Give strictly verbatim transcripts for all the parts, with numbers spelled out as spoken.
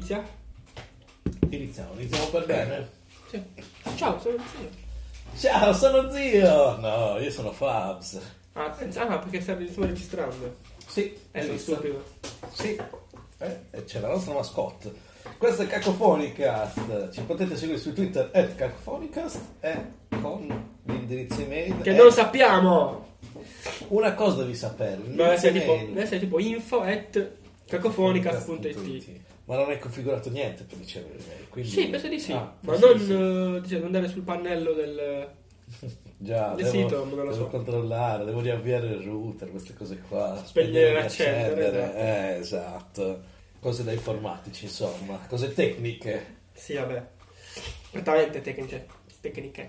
Inizia? Iniziamo, iniziamo per bene. Sì. Ciao, sono zio. Ciao, sono zio! No, io sono Fabs. Ah, ah perché stavi- stiamo registrando. Sì, Eh, sono esiste. stupido. Sì, eh, e c'è la nostra mascotte. Questo è Cacofonicast. Ci potete seguire su Twitter at Cacofonicast e con l'indirizzo email. Che è- non sappiamo! Una cosa devi sapere. Deve L'indirizzo essere tipo, email. deve essere tipo info at cacofonicast punto it. Ma non hai configurato niente per ricevere l'email. Quindi... Sì, penso di sì. Ah, ma penso non, di sì. eh, diciamo, andare sul pannello del... Già, del devo, sito, non lo devo so. controllare, devo riavviare il router, queste cose qua. Spegnere e e accendere, Eh, esatto. Cose da informatici, insomma, cose tecniche. Sì, vabbè. Prettamente tecniche. Tecniche.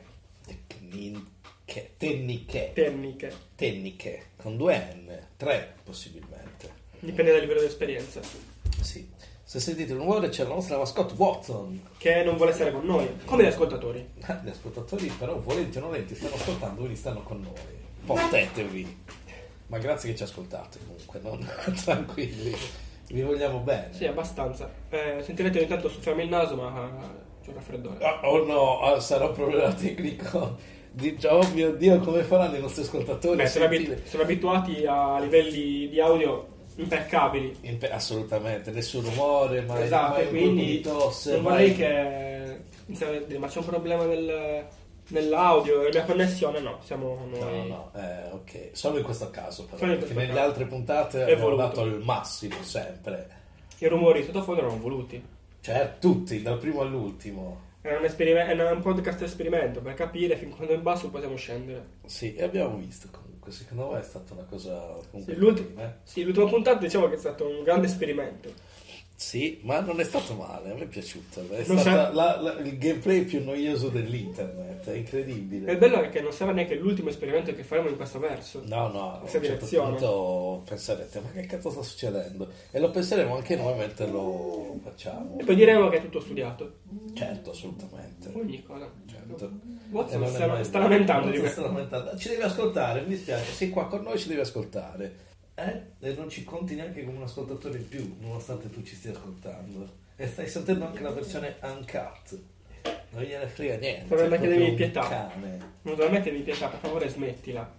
Tecniche. Tecniche. Tecniche. Tecniche. Con due N, tre possibilmente. Dipende dal livello di esperienza. Sì. Se sentite il rumore c'è la nostra mascotte Watson. Che non vuole stare con noi. Come gli ascoltatori. Ah, Gli ascoltatori però volenti o nolenti stanno ascoltando, quindi stanno con noi. Fottetevi. Ma grazie che ci ascoltate comunque, non tranquilli. Vi vogliamo bene. Sì, abbastanza. Eh, sentirete ogni tanto soffiarmi il naso, ma eh, c'è un raffreddore. Ah, oh no, ah, sarà un problema tecnico. Dice, oh mio Dio, come faranno i nostri ascoltatori? Beh, a sono, abi- sentire? sono abituati a livelli di audio impeccabili. Impe- assolutamente, nessun rumore, mai, Esatto, mai e un colpo quindi di tosse. non mai- vorrei che iniziano a dire, ma c'è un problema nel, nell'audio, nella mia connessione. No, siamo No, noi. no, eh, ok. Solo in questo caso, però. Solo in Perché questo nelle caso. altre puntate È abbiamo voluto. dato il massimo sempre. I rumori sottofondo erano voluti. Cioè, tutti, dal primo all'ultimo. Era un, esperime- era un podcast esperimento per capire fin quando in basso possiamo scendere. Sì, e abbiamo visto comunque. Secondo me è stata una cosa comunque Sì, l'ulti- carina, eh. Sì, l'ultima puntata diciamo che è stato un grande esperimento. Sì, ma non è stato male, a me è piaciuto. È Non stato sa- il gameplay più noioso dell'internet, è E incredibile. il bello è che non sarà neanche l'ultimo esperimento che faremo in questo verso. No, no, a un Questa certo direzione. punto penserete, ma che cazzo sta succedendo? E lo penseremo anche noi mentre lo facciamo. E poi diremo che è tutto studiato. Certo, assolutamente. Ogni cosa. Certo. E Watson non è sta, mai- sta lamentando di Watson questo. sta lamentando. Ci devi ascoltare, mi dispiace, sei qua con noi, ci devi ascoltare. Eh? E non ci conti neanche come un ascoltatore in più, nonostante tu ci stia ascoltando. E stai sentendo anche la versione uncut. Non gliene frega niente. Sta vedendo che proprio devi un pietà. cane. Naturalmente mi piace, per favore smettila.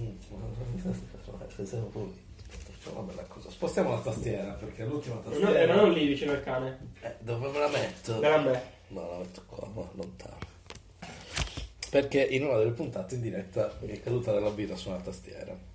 Mm. Siamo poi- Facciamo una bella cosa. Spostiamo la tastiera perché è l'ultima Non, tastiera. eh, ma non lì vicino al cane. Eh, dove me la metto? Dalla me. No, la metto qua, ma lontano. Perché in una delle puntate in diretta mi è caduta della birra su una tastiera.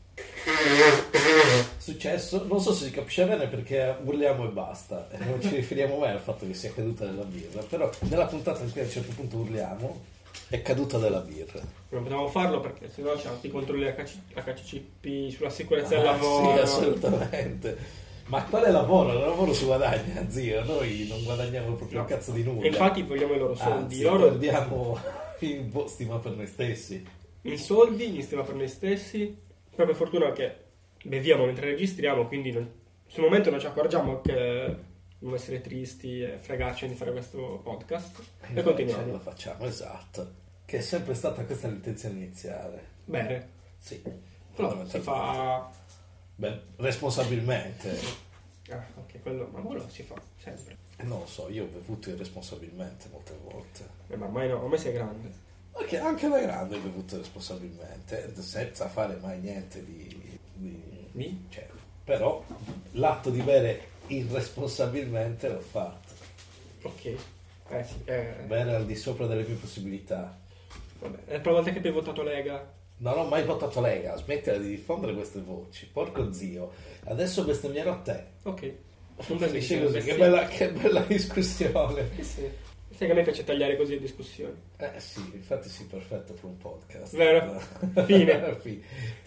Successo, non so se si capisce bene perché urliamo e basta. E non ci riferiamo mai al fatto che sia caduta della birra. Però nella puntata in cui a un certo punto urliamo è caduta della birra. Non potevamo farlo perché sennò c'è i controlli H C C P sulla sicurezza del Ah, lavoro. sì, assolutamente. Ma quale lavoro? Il lavoro si guadagna, zio. Noi non guadagniamo proprio No. un cazzo di nulla. E infatti vogliamo i loro soldi. Anzi, Loro perdiamo in po' stima per noi stessi. in soldi, in stima per noi stessi. Poi per fortuna che beviamo mentre registriamo, quindi non- sul momento non ci accorgiamo che dobbiamo essere tristi e fregarci di fare questo podcast. E Noi continuiamo. Lo facciamo, esatto. Che è sempre stata questa l'intenzione iniziale. Bene. Sì. Però si fa... Beh, responsabilmente. Ah, ok, quello... Ma quello si fa sempre. Eh, Non lo so, io ho bevuto irresponsabilmente molte volte. Eh, ma ormai no, ormai sei grande. Ok, anche da grande ho bevuto responsabilmente, senza fare mai niente di... di- Mi? cioè, però l'atto di bere irresponsabilmente l'ho fatto. Ok. Eh sì, eh, Bere al di sopra delle mie possibilità. vabbè. È la prima volta che hai votato Lega. Non ho mai votato Lega, smettila di diffondere queste voci. Porco zio, adesso bestemmierò a te. Ok. Non Finisce bellissimo, così, che bestemmia. bella, che bella discussione. Eh sì. Sai che a me piace tagliare così le discussioni. Eh sì, infatti sì, perfetto per un podcast. Vero? Fine. Fine.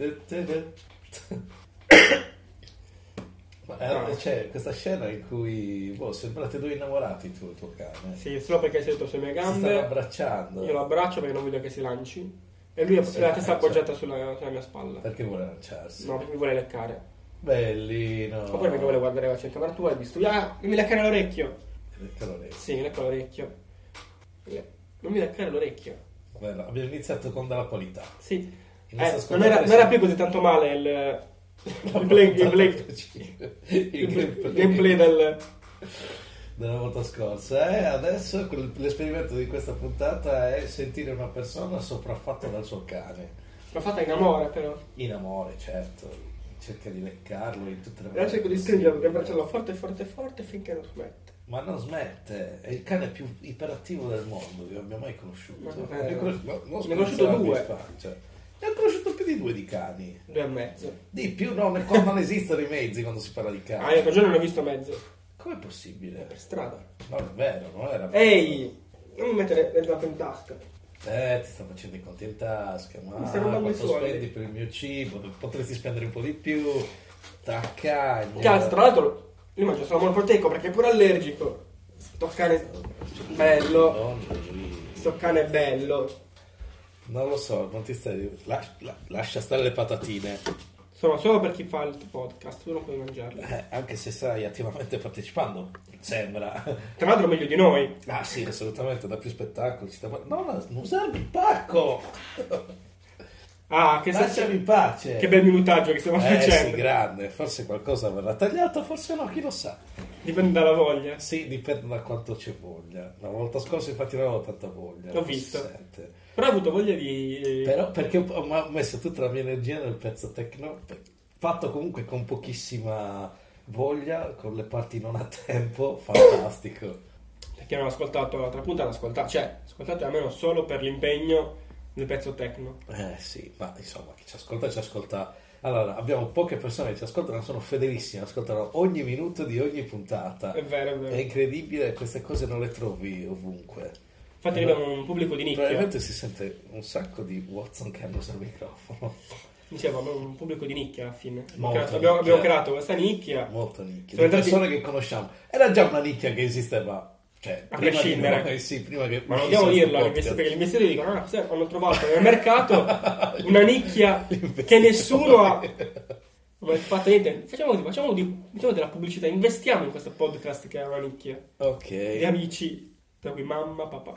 Ma eh, No. c'è questa scena in cui boh, sembrate due innamorati tu e il tuo cane. Sì, solo perché sei seduto sulle mie Si stanno gambe. abbracciando. Io lo abbraccio perché non voglio che si lanci. E lui ha Sì, la testa eh, appoggiata sulla, sulla mia spalla. Perché vuole lanciarsi? No, perché mi vuole leccare. Bellino. Oppure perché vuole guardare la centro tua e distrugge. Ah, mi leccare l'orecchio. Perché lo leggo? Sì, mi lecca l'orecchio. Non mi leccare l'orecchio. Bello, abbiamo iniziato con della qualità. Sì. I nostri Eh, non, ascoltatori era, non era più così tanto male il, il, play, il, play, il il gameplay. gameplay del... della volta scorsa. E adesso l'esperimento di questa puntata è sentire una persona sopraffatta dal suo cane. L'ho fatta in amore, però. In amore, certo. Cerca di leccarlo in tutte le Adesso cerco di stringerlo, di abbracciarlo forte, forte, forte finché non smette. Ma non smette, è il cane più iperattivo del mondo che abbia mai conosciuto. Ma Ne ho conosciuto, no, non ne ho conosciuto due. Cioè, ne ho conosciuto più di due di cani. Due e mezzo. Di più, no, ne- non esistono i mezzi quando si parla di cani. Ah, hai ragione, non ho visto mezzo. Com'è possibile? Per strada. Non è vero, non era Ehi! Non mi mettere le zampe in tasca. Eh, ti sto facendo i conti in tasca, ma Mi stai rubando i quanto soldi. spendi per il mio cibo? Potresti spendere un po' di più. Taccagna. Cazzo, tra l'altro, io mangio solo monoproteico perché è pure allergico. Sto cane bello. Non così. Sto cane bello. Non lo so, non ti stai. Lascia, la- lascia stare le patatine. Sono solo per chi fa il podcast, tu non puoi mangiarle. Eh, anche se stai attivamente partecipando, sembra. Tra l'altro meglio di noi. Ah, sì, assolutamente, da più spettacoli. Ci sta... No, no, non usarmi il pacco! Ah, che, Lasciami in pace! che bel minutaggio che stiamo Eh, sì, facendo. grande. Forse qualcosa verrà tagliato, forse no, chi lo sa. Dipende dalla voglia. Sì, dipende da quanto c'è voglia. La volta scorsa infatti non avevo tanta voglia. L'ho non visto. si sente. Però ho avuto voglia di... Però perché ho ho messo tutta la mia energia nel pezzo techno, fatto comunque con pochissima voglia, con le parti non a tempo, fantastico. Per chi non ha ascoltato l'altra puntata, ascoltate. Cioè, ascoltate almeno solo per l'impegno del pezzo techno. Eh sì, ma insomma, chi ci ascolta ci ascolta. Allora, abbiamo poche persone che ci ascoltano, sono fedelissime, ascoltano ogni minuto di ogni puntata. È vero, è vero. È incredibile, queste cose non le trovi ovunque. Infatti Eh, abbiamo un pubblico di nicchia. Probabilmente si sente un sacco di Watson che hanno sul microfono. Dicevo, abbiamo un pubblico di nicchia alla fine. Abbiamo Molto creato, abbiamo, nicchia. abbiamo creato questa nicchia. Molto nicchia. Sono Di entrati- persone che conosciamo. Era già una nicchia che esisteva. Cioè, A prima di prescindere. noi, sì, prima che Ma non uscisse dobbiamo dirlo, questo agli investi- podcast. perché gli investitori dicono, ah, sì, hanno trovato nel mercato una nicchia che nessuno ha mai fatto niente. Facciamo così, facciamo, di, facciamo della pubblicità, investiamo in questo podcast che è una nicchia. Di Ok. amici, tra cui mamma, papà.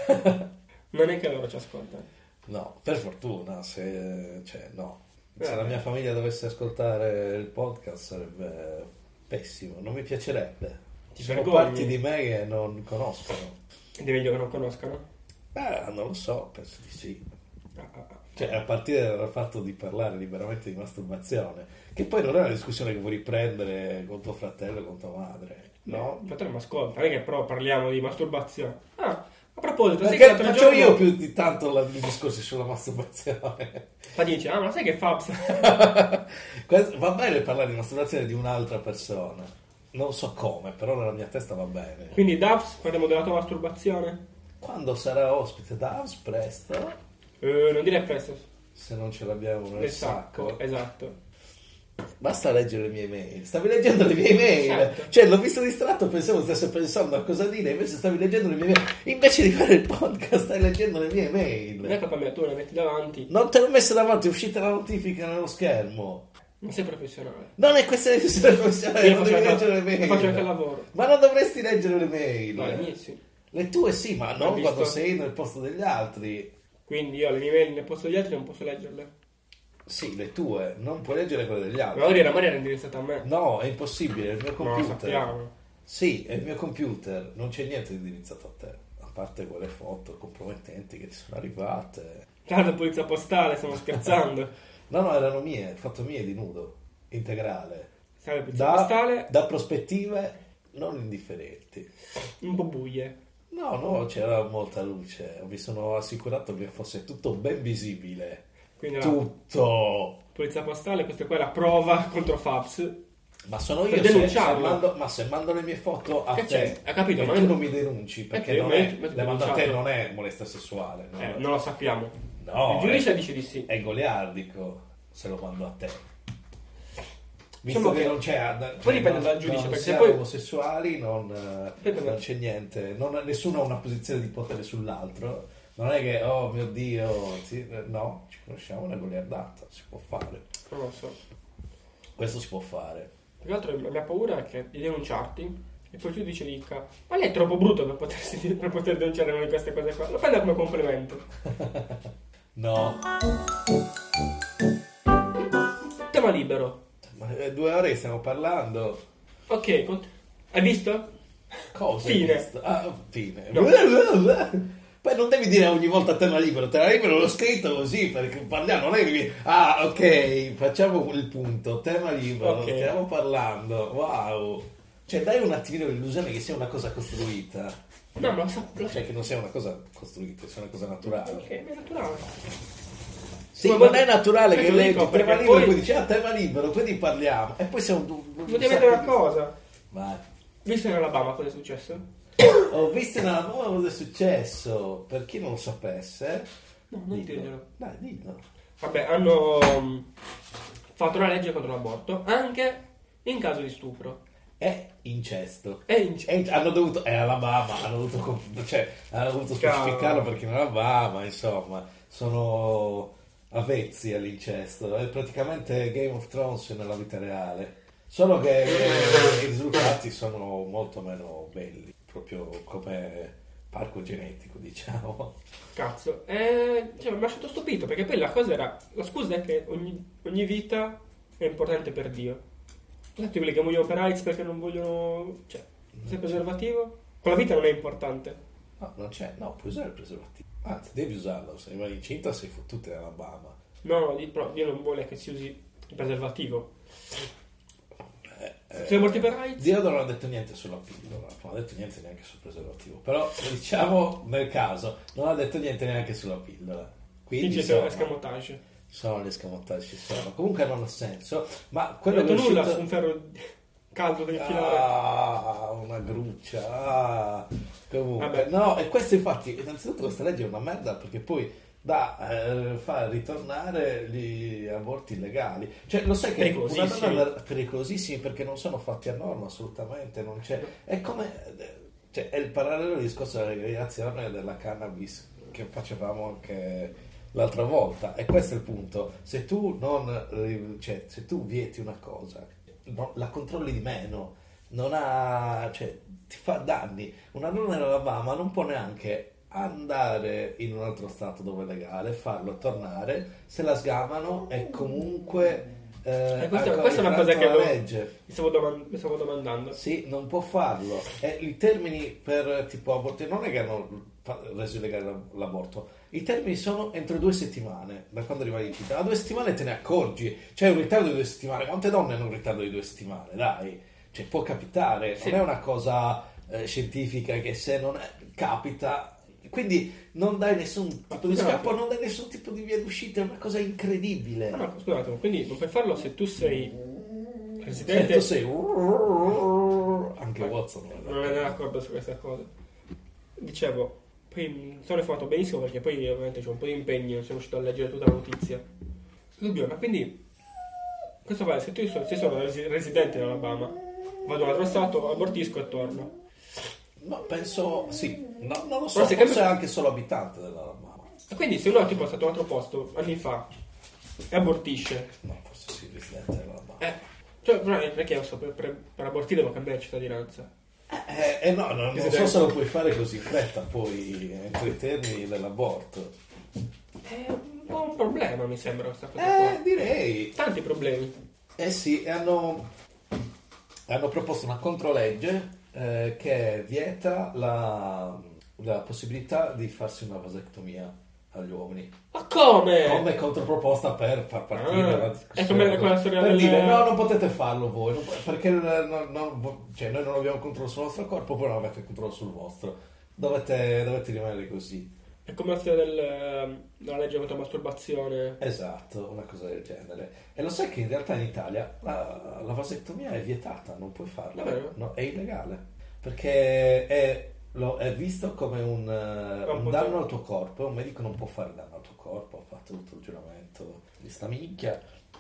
Non è che loro ci ascoltano. No, per fortuna, se, cioè, no. Se Eh, la mia famiglia dovesse ascoltare il podcast sarebbe pessimo, non mi piacerebbe. Ti Ci sono vergogni? parti di me che non conoscono. Ed è meglio che non conoscano. Beh, non lo so, penso di sì. Ah, ah, ah. Cioè, a partire dal fatto di parlare liberamente di masturbazione, che poi non è una discussione che vuoi riprendere con tuo fratello e con tua madre, no? Il fratello mi ascolta, non è che però parliamo di masturbazione. Ah, a proposito, sai che Perché l'altro faccio giorno... io più di tanto la- i discorsi sulla masturbazione. Fa dice, ah, ma sai che Fabs... Questo- va bene parlare di masturbazione di un'altra persona. Non so come, però nella mia testa va bene. Quindi Davs, parliamo della tua masturbazione? Quando sarà ospite Davs, presto, Eh, non dire presto, se non ce l'abbiamo nel nel sacco. sacco, esatto. Basta leggere le mie email. Stavi leggendo le mie email. Certo. Cioè, l'ho visto distratto, pensavo stesse pensando a cosa dire, invece stavi leggendo le mie email. Invece di fare il podcast, stai leggendo le mie Non è email. colpa mia, tu la metti davanti, Non te l'ho messa davanti, è uscita la notifica nello schermo. non sei professionale. Non è questione di essere professionale, Io non faccio devi anche, leggere le mail. faccio anche il lavoro. Ma non dovresti leggere le mail. No, le mie sì. Le tue sì, ma non Hai visto? quando sei nel posto degli altri. Quindi io le mie mail nel posto degli altri non posso leggerle. Sì, le tue, non puoi leggere quelle degli altri. Magari la Maria era indirizzata a me. No, è impossibile, è il mio Non lo computer. sappiamo. Sì, è il mio computer, non c'è niente di indirizzato a te, a parte quelle foto compromettenti che ti sono arrivate. Guarda, polizia postale, stiamo scherzando. No, no, erano mie, foto mie di nudo, integrale. Sai, la polizia Da, postale, da prospettive non indifferenti. un po' buie. No, no, c'era molta luce, mi sono assicurato che fosse tutto ben visibile. Quindi la Tutto! polizia postale, questa qua è la prova contro Fabs. Ma sono Per io se, se denunciarlo. mando, ma se mando le mie foto a Che te, c'è? Ha capito, e ma tu io- non mi denunci perché io non mi- è, mi- mi- le mando a te denunciato. non è molestia sessuale, no? Eh, non lo sappiamo. No, Il giudice è, dice di sì. è goliardico se lo mando a te. Visto Diciamo che che- non c'è, poi dipende non- dal giudice, non perché siamo poi- omosessuali, non, eh, Dipende- non c'è niente, non, nessuno ha una posizione di potere sull'altro. Non è che, oh mio Dio, sì, eh, no, ci conosciamo, una goliardata, si può fare. Non lo so. Questo si può fare. Più che altro la mia paura è che di denunciarti e poi il giudice dica ma lei è troppo brutto per, potersi, per poter denunciare una di queste cose qua. Lo prende come complimento. No, Tema libero. ma eh, due ore che stiamo parlando. Ok, cont- hai visto? Cosa? Fine. hai visto? Ah, fine. No. Poi non devi dire ogni volta tema libero, tema libero l'ho scritto così perché parliamo, non è che mi... Ah, ok, facciamo il punto, tema libero, Ok. stiamo parlando, wow. Cioè dai un attimino l'illusione che sia una cosa costruita, No, ma lo so, lo so. cioè che non sia una cosa costruita, sia una cosa naturale. Ok, è naturale. Sì, Ma non guarda- è naturale che questo lo leggi dico tema perché libero poi- e poi dici ah tema libero, quindi parliamo e poi siamo un, un Voglio sacco vedere una di- cosa. Vai. Visto in Alabama cosa è successo? Ho visto in Alabama cosa è successo, per chi non lo sapesse. No, non dillo. dirglielo. Dai, dillo. Vabbè, hanno mm, fatto una legge contro l'aborto anche in caso di stupro. È incesto. E in... E hanno dovuto, è Alabama, hanno dovuto, comp- cioè, hanno dovuto specificarlo Cavolo. perché in Alabama, insomma, sono avvezzi all'incesto. È praticamente Game of Thrones nella vita reale. Solo che eh, i risultati sono molto meno belli, proprio come parco genetico, diciamo. Cazzo, e, cioè, mi ha lasciato stupito perché poi la cosa era, la scusa è che ogni, ogni vita è importante per Dio. Tutti quelli che muoiono per AIDS perché non vogliono, cioè, se preservativo, quella vita non è importante. No, non c'è, no, puoi usare il preservativo. Anzi, devi usarlo, se rimani incinta sei fottuta in Alabama. No, no, di- però Dio non vuole che si usi il preservativo. Eh, Siete morti per AIDS? Dio non ha detto niente sulla pillola, non ha detto niente neanche sul preservativo. Però, diciamo, nel caso, non ha detto niente neanche sulla pillola. Quindi, Dice che è un insomma, escamotage. sono gli escamottaggi, ci sono. Comunque non ha senso. Ma Non quello ho detto che è nulla uscito- su un ferro caldo da infilare. Ah, una gruccia. Ah. Comunque, Vabbè. no, e questo infatti, innanzitutto questa legge è una merda perché poi da eh, fa ritornare gli aborti illegali. Cioè, lo sai che una Pericolosissimi. donna pericolosissimi perché non sono fatti a norma assolutamente, non c'è. È come cioè, è il parallelo discorso della legalizzazione della cannabis che facevamo anche l'altra volta. E questo è il punto. Se tu non cioè, se tu vieti una cosa, no, la controlli di meno, non ha, cioè, ti fa danni. Una donna in Alabama non può neanche andare in un altro stato dove è legale, farlo tornare, se la sgamano e comunque eh, Eh, questa- ancora questa è una cosa infranto che la lo- legge. Mi stavo, doman- mi stavo domandando. Sì, non può farlo. E i termini per tipo aborto non è che hanno fa- reso illegale la- l'aborto. I termini sono entro due settimane da quando rimani incinta. A due settimane te ne accorgi. C'è un ritardo di due settimane. Quante donne hanno un ritardo di due settimane? Dai, cioè può capitare. Sì. Non è una cosa eh, scientifica che se non è- capita. Quindi non dai nessun tipo di scusate. scappo, non dai nessun tipo di via d'uscita. È una cosa incredibile. Ah, no, scusate, quindi non puoi farlo se tu sei Cioè, presidente. tu sei anche Watson. Non è d'accordo su questa cosa. Dicevo, poi mi sono informato benissimo perché poi ovviamente c'è un po' di impegno, non sono riuscito a leggere tutta la notizia. Dubbio, ma quindi questo vale, se tu so- se sono resi- residente in Alabama, vado in un altro stato, abortisco e torno. No, penso sì, no, non lo so, Però se forse cambia- è anche solo abitante dell'Alabama. E quindi se uno tipo è stato in un altro posto anni fa e abortisce, No, forse sì, residente dell'Alabama. eh, cioè, però non è che io so, per, per, per abortire devo cambiare cittadinanza. Eh, eh, no, no, non so Residente. se lo puoi fare così in fretta, poi entro i termini dell'aborto. È un po' un problema, mi sembra, questa cosa qua. Eh, direi. Tanti problemi. Eh sì, e hanno, hanno proposto una controlegge eh, che vieta la, la possibilità di farsi una vasectomia agli uomini. Ma come? Come controproposta per far partire Ah, la è discussione. come quella storia per del- dire no, non potete farlo voi, non po- perché eh, non- non- cioè, noi non abbiamo controllo sul nostro corpo, voi non avete controllo sul vostro. Dovete, dovete rimanere così. È come la storia del, della legge contro la masturbazione. Esatto, una cosa del genere. E lo sai che in realtà in Italia la, la vasectomia è vietata, non puoi farla. Davvero? No, è illegale. Perché è, lo- è visto come un, eh, un un po' danno sì. al tuo corpo. Un medico non può fare danno al tuo corpo, ha fatto tutto il giuramento di sta minchia.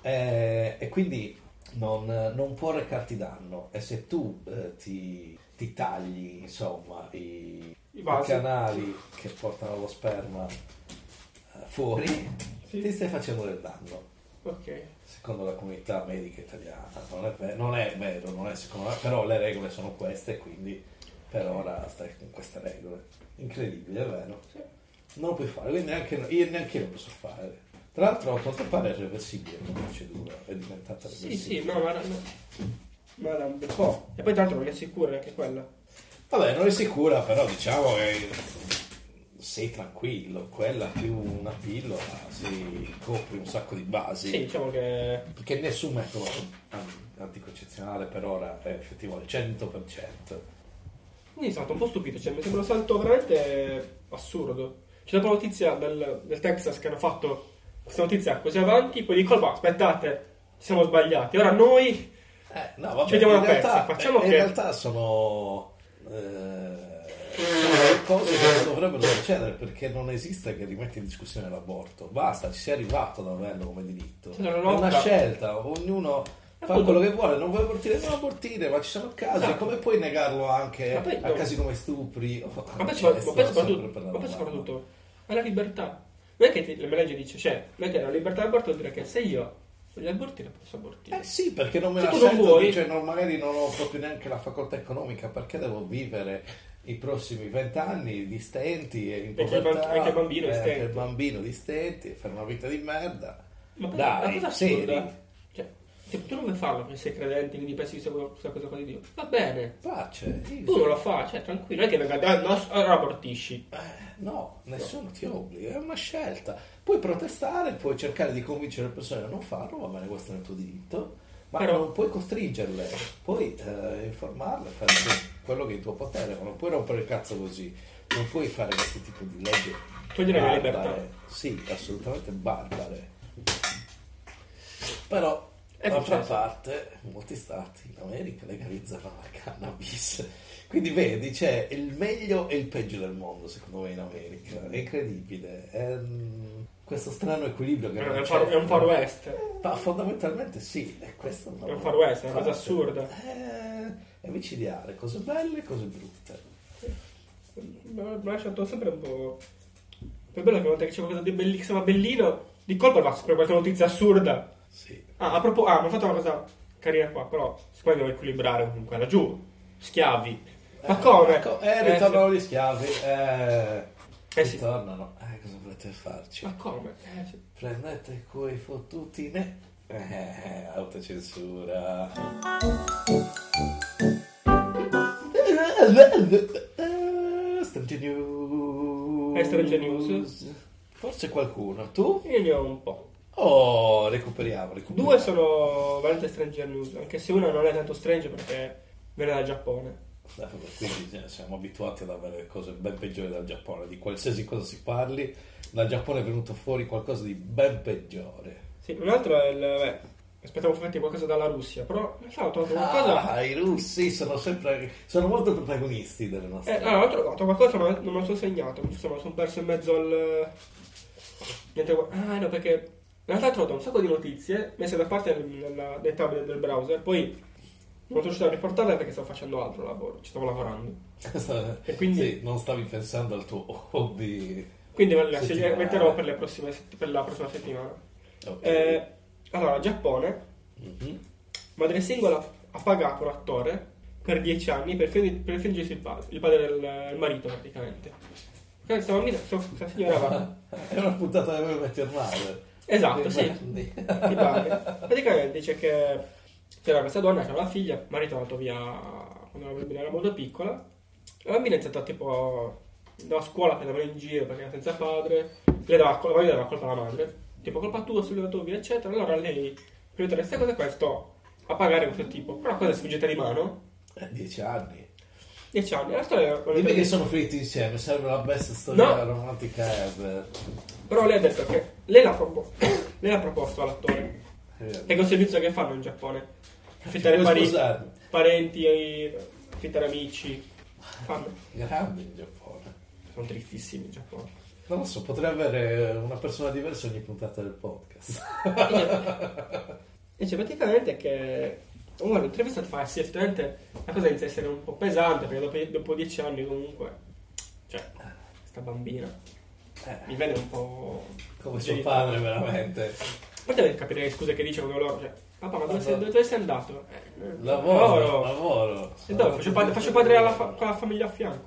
E, e quindi non, non può recarti danno. E se tu eh, ti, ti tagli, insomma, i, I i vasi. canali che portano lo sperma eh, fuori, Sì. ti stai facendo del danno. Ok. Secondo la comunità medica italiana non è vero, non è vero, non è secondo me, però le regole sono queste, quindi per ora stai con queste regole. Incredibile, è vero? Non lo puoi fare, quindi neanche io, neanche io lo posso fare. Tra l'altro a quanto pare è reversibile come procedura, è diventata Sì, reversibile. sì, no, ma, ma, ma da un bel po'. E poi tra l'altro non è sicura neanche quella. Vabbè, non è sicura, però diciamo che sei tranquillo, quella più una pillola, si copri un sacco di basi. Sì, diciamo che... Perché nessun metodo anticoncezionale per ora è effettivo al cento per cento. Quindi sono stato un po' stupito, cioè mi sembra un salto veramente assurdo. C'è dopo la notizia del, del Texas che hanno fatto questa notizia così avanti, poi dicono, ma aspettate, siamo sbagliati, ora noi Eh, no, vabbè, ci vediamo in a pezzi, realtà, facciamo in che... realtà sono, eh, sono cose che non dovrebbero succedere, perché non esiste che rimetti in discussione l'aborto. Basta, ci sei arrivato ad averlo come diritto. Sì, non È lo una fa. scelta, ognuno fa appunto- quello che vuole, non vuole abortire, non abortire, ma ci sono casi. Esatto. Come puoi negarlo anche Ma poi- a casi come stupri? o Ma poi, incesto, sopra- ma poi sempre soprattutto, per la ma poi domanda. soprattutto è la libertà. Non è che ti- la mia legge dice, cioè, non è che la libertà d'aborto vuol dire che se io voglio abortire posso abortire. Eh sì, perché non me Se la tu non sento, vuoi- cioè, non- magari non ho proprio neanche la facoltà economica, perché devo vivere i prossimi vent'anni di stenti e in Anche il povertà, ban- anche il bambino di eh, anche stenti. il bambino di stenti e fare una vita di merda. Ma poi Dai, la cosa seri. assurda, cioè, tipo, tu non vuoi farlo perché sei credente, quindi pensi che sia questa cosa qua di Dio. Va bene, Pace, easy. tu non lo fai, cioè, tranquillo, non è che venga, ah, no, allora abortisci. Eh, no, nessuno ti obbliga, è una scelta. Puoi protestare, puoi cercare di convincere le persone a non farlo, va bene, questo è il tuo diritto, ma Però- non puoi costringerle, puoi eh, informarle, fare quello che è il tuo potere, ma non puoi rompere il cazzo così, non puoi fare questo tipo di leggi Togliere la barbare. libertà. Sì, assolutamente barbare. Però, È d'altra successo. parte, molti stati in America legalizzano la cannabis. Quindi vedi, c'è il meglio e il peggio del mondo, secondo me, in America. È incredibile. È mm, questo strano equilibrio che È non un c'è. far, è un far west. Ma fondamentalmente sì, è questo È un far west, è una cosa assurda. È, è micidiale, cose belle e cose brutte. Mi ha lasciato sempre un po'... È bello che una volta che c'è qualcosa di bellissimo, bellino, di colpa va per qualche notizia assurda. Sì. Ah, a proposito, ah, mi ha fatto una cosa carina qua, però siccome devo equilibrare comunque laggiù, schiavi. Ma come? Ecco, eh, ritornano gli schiavi. Eh, Eh sì. ritornano. Eh, cosa volete farci? Ma come? Eh, sì. Prendete quei fottuti ne... Eh, autocensura. Eh, Stranger News. Eh, Stranger News. Forse qualcuno. Tu? Io ne ho un po'. Oh, recuperiamo, recuperiamo. Due sono veramente Stranger News, anche se una non è tanto strange perché viene dal Giappone. Eh, Quindi eh, siamo abituati ad avere cose ben peggiori dal Giappone. Di qualsiasi cosa si parli, dal Giappone è venuto fuori qualcosa di ben peggiore. Sì, un altro è il... Beh, aspettavo infatti qualcosa dalla Russia, però in realtà ho trovato qualcosa... Ah, i russi sono sempre sono molto protagonisti delle nostre. Eh, allora, ho trovato qualcosa ma non me lo sono segnato, insomma, sono perso in mezzo al... Niente, ah no, perché in realtà ho trovato un sacco di notizie messe da parte nella, nei tab del browser, poi non sono riuscito a riportarle perché stavo facendo altro lavoro, ci stavo lavorando. E quindi- Sì, non stavi pensando al tuo hobby. Quindi ve le settimanale. metterò per, le prossime, sett- per la prossima settimana. Ok. Eh, allora, Giappone, Mhm. madre singola ha pagato l'attore per dieci anni per, fin- per fingersi il padre, il padre del il marito praticamente. Questa bambina, questa signora va... È una puntata di Metti Male. Esatto, sì. Mi pare. Praticamente dice che c'era questa donna, c'era una figlia, il marito è andato via quando la bambina era molto piccola. La bambina è stata tipo andava a scuola, prendeva in giro perché era senza padre, lei dava, la bambina dava colpa alla madre, tipo colpa tua, sei andato via, eccetera. Allora lei, per tutte queste cose qua, sto a pagare questo tipo. Però cosa è sfuggita di mano? Eh, dieci anni. Dieci anni. La storia Dimmi che sono finiti insieme, serve la best storia No. romantica ever. però lei ha detto che lei l'ha, propo- lei l'ha proposto all'attore. Eh, Che è un servizio che fanno in Giappone. Affittare puoi pari- sposarmi. parenti, e affittare amici. Fanno. Grande in Giappone. Sono tristissimi in Giappone. Non lo so, potrei avere una persona diversa ogni puntata del podcast. E c'è praticamente che uno l'intervista ti fa sì, effettivamente la cosa inizia a essere un po' pesante perché dopo, dopo dieci anni comunque, cioè, sta bambina Eh, mi vede un po' come suo genitore. padre, veramente. A parte per capire le scuse che dice come loro, cioè, papà ma dove sei, dove sei andato? Eh, eh, Lavoro, lavoro. E dove? Faccio padre, faccio padre alla fa- con la famiglia a fianco.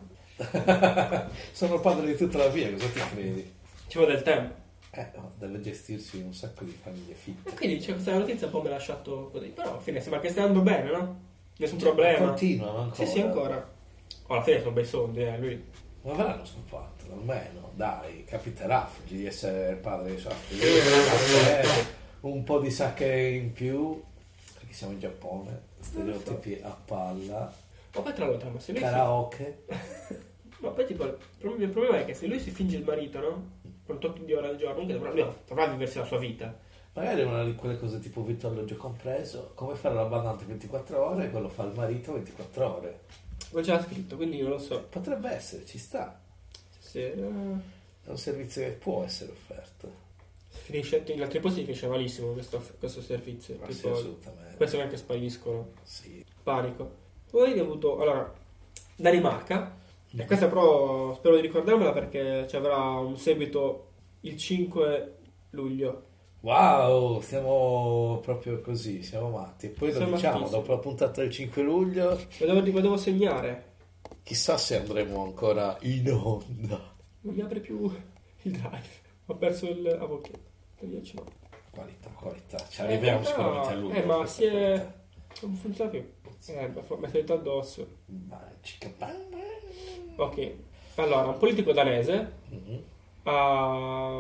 Sono padre di tutta la via, cosa ti credi? Ci vuole del tempo. Eh, no, deve gestirsi un sacco di famiglie E fitte. quindi c'è questa notizia un po' mi ha lasciato così. Però alla fine sembra che stia andando bene, no? Nessun problema. Continuano ancora. Sì, sì, ancora. alla fine sono bei soldi, eh, lui. Ma avranno scopato, almeno, dai, capiterà di essere il padre dei suoi figli, un po' di sake in più, perché siamo in Giappone, stereotipi a palla, Ma poi tra l'altro, ma se lui karaoke. si... Ma poi tipo, il problema, il problema è che se lui si finge il marito, no? Per un tot di ore al giorno, lui dovrà, lui dovrà viversi la sua vita. Magari una di quelle cose tipo vitto alloggio compreso, come fare la badante ventiquattro ore, quello fa il marito ventiquattro ore. L'ho già scritto, quindi non lo so. Potrebbe essere, ci sta. Se, eh, È un servizio che può essere offerto. finisce in altri posti finisce malissimo questo, questo servizio. Ma Tipo, sì, assolutamente. penso che anche spariscono. Sì. Panico. Poi ho avuto, allora, Danimarca. E questa però spero di ricordarmela perché ci avrà un seguito il cinque luglio. Wow, siamo proprio così, siamo matti. E poi lo Siamo diciamo, mattissimi. dopo la puntata del cinque luglio, Lo devo, lo devo segnare. chissà se andremo ancora in onda. Non mi apre più il drive. Ho perso il... Ah, ok. Tagliaci, no. Qualità, qualità. Ci arriviamo Eh, sicuramente a luglio. Eh, ma questa si è... qualità. Non funziona più. Eh, mi ha messo addosso. Ma cica bang bang. Ok. Allora, un politico danese Mhm. ha,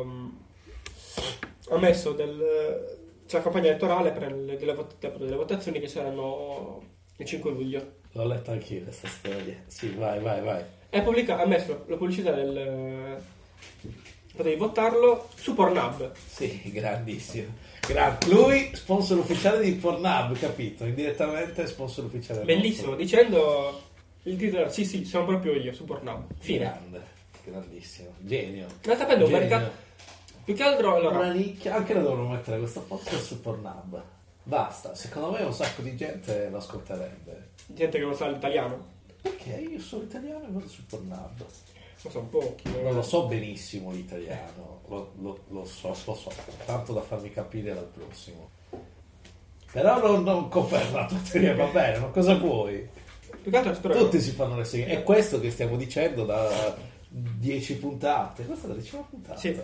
ha messo del... C'è la campagna elettorale per le, delle, vot- delle votazioni che saranno il cinque luglio. L'ho letta anch'io questa storia. Sì, vai, vai, vai. È pubblica- ha messo la pubblicità del... Potevi votarlo su Pornhub. Sì, grandissimo. Gran- Lui, sponsor ufficiale di Pornhub, capito? Indirettamente sponsor ufficiale del Bellissimo, nostro. dicendo il titolo, sì sì, sono proprio io su Pornhub. Fine. Grande, grandissimo. Genio. Ma sapendo un Genio. mercato... Più che altro, allora... Una nicchia, anche la dovremmo mettere questo podcast su Pornhub. Basta, secondo me un sacco di gente lo ascolterebbe. Gente che non sa l'italiano. Perché io sono italiano e vado su Pornhub. Non so, un po'. Non lo so benissimo l'italiano, lo, lo- lo so, lo so, tanto da farmi capire dal prossimo. Però non, non conferma la tua teoria, va bene, ma cosa vuoi? Più che altro spero... Tutti si fanno le seghe. È questo che stiamo dicendo da dieci puntate. Questa è la decima puntata. Sì.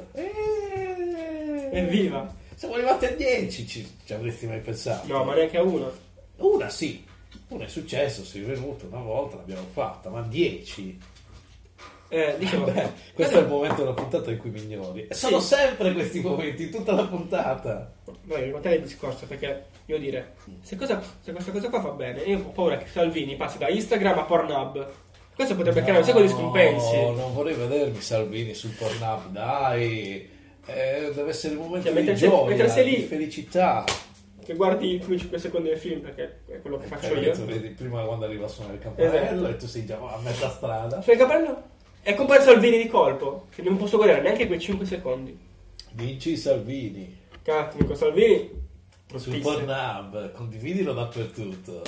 Eh, Evviva! Siamo arrivati a dieci, ci, ci avresti mai pensato? No, ma neanche a uno. Una sì, una è successo, sei venuto una volta, l'abbiamo fatta, ma dieci? Eh, dicevo... Beh, questo è il momento della puntata in cui mi ignori. E sono Sì. sempre questi momenti, tutta la puntata. Vai, riportare il discorso, perché io dire, se, cosa, se questa cosa qua va bene, io ho paura che Salvini passi da Instagram a Pornhub. Questo potrebbe creare un sacco di scompensi. No, non vorrei vedermi Salvini sul Pornhub, dai. Eh, deve essere il momento Cioè, di mentre sei- gioia, mentre sei lì- di felicità. Che guardi i primi cinque secondi del film, perché è quello che faccio Eh, io. tu vedi prima quando arriva a suonare il campanello Esatto. e tu sei già a metà strada. Fai il capello? È comparso Salvini di colpo, che non posso guardare neanche quei cinque secondi. Vinci Salvini Cazzo, con Salvini... su bruttissimo. Pornhub, condividilo dappertutto.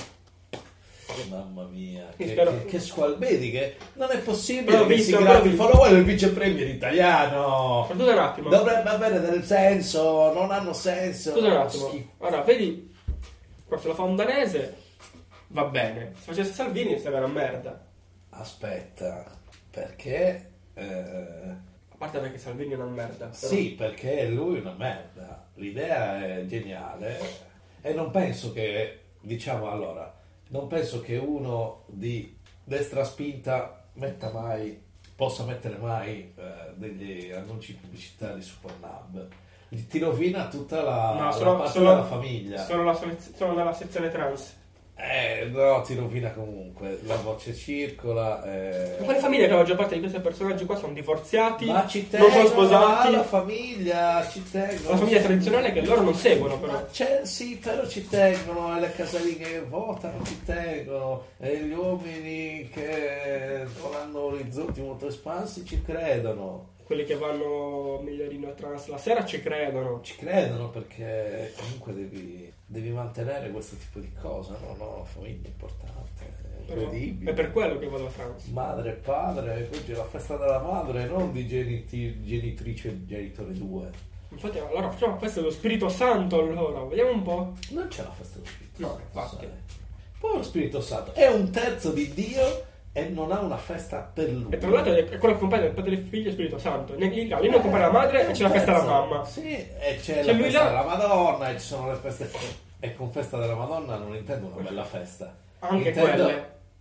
Mamma mia, che, Spero- che, che squal- vedi che non è possibile Però ho che visto, si però ho gravi il visto. follower del vice premier italiano. Ma scusa un attimo. Dovrebbe avere del senso, non hanno senso. Scusa un attimo. Schifo. Allora, vedi, qua se la fa un danese, va bene. Se facesse Salvini sarebbe una merda. Aspetta, perché? eh, A parte perché Salvini è una merda. però- Sì, perché lui è una merda. L'idea è geniale e non penso che, diciamo allora, non penso che uno di destra spinta metta mai, possa mettere mai eh, degli annunci pubblicitari su Pornhub. Ti rovina tutta la, No, la solo, parte solo, della famiglia. Solo, la sole- solo nella sezione trans. Eh, no, ti rovina comunque. La voce circola. eh. Ma quale famiglia che la maggior parte di questi personaggi qua sono divorziati, Ma ci non tengono sono sposati? alla famiglia, ci tengono. La famiglia tradizionale che loro non seguono però. Ma c'è, sì, però ci tengono, e le casalinghe che votano ci tengono, e gli uomini che non hanno orizzonti molto espansi ci credono. Quelli che vanno migliorino trans la sera ci credono. Ci credono perché comunque devi, devi mantenere questo tipo di cosa, no? No, la famiglia è importante, è Però incredibile. è per quello che vado a trans. Madre e padre, oggi è la festa della madre, non di geniti- genitrice e genitore due. Infatti allora facciamo questo dello Spirito Santo allora. Vediamo un po'. Non c'è la festa dello Spirito No, Santo, infatti. sai. Poi lo Spirito Santo è un terzo di Dio e non ha una festa per lui. E tra l'altro è quello che compare il padre, il figlio e Spirito Santo. Lì lì non compare la madre e c'è la festa della mamma. Sì, e c'è, C'è la lui festa là. della Madonna e ci sono le feste. E con festa della Madonna non intendo una bella festa. Anche intendo quelle.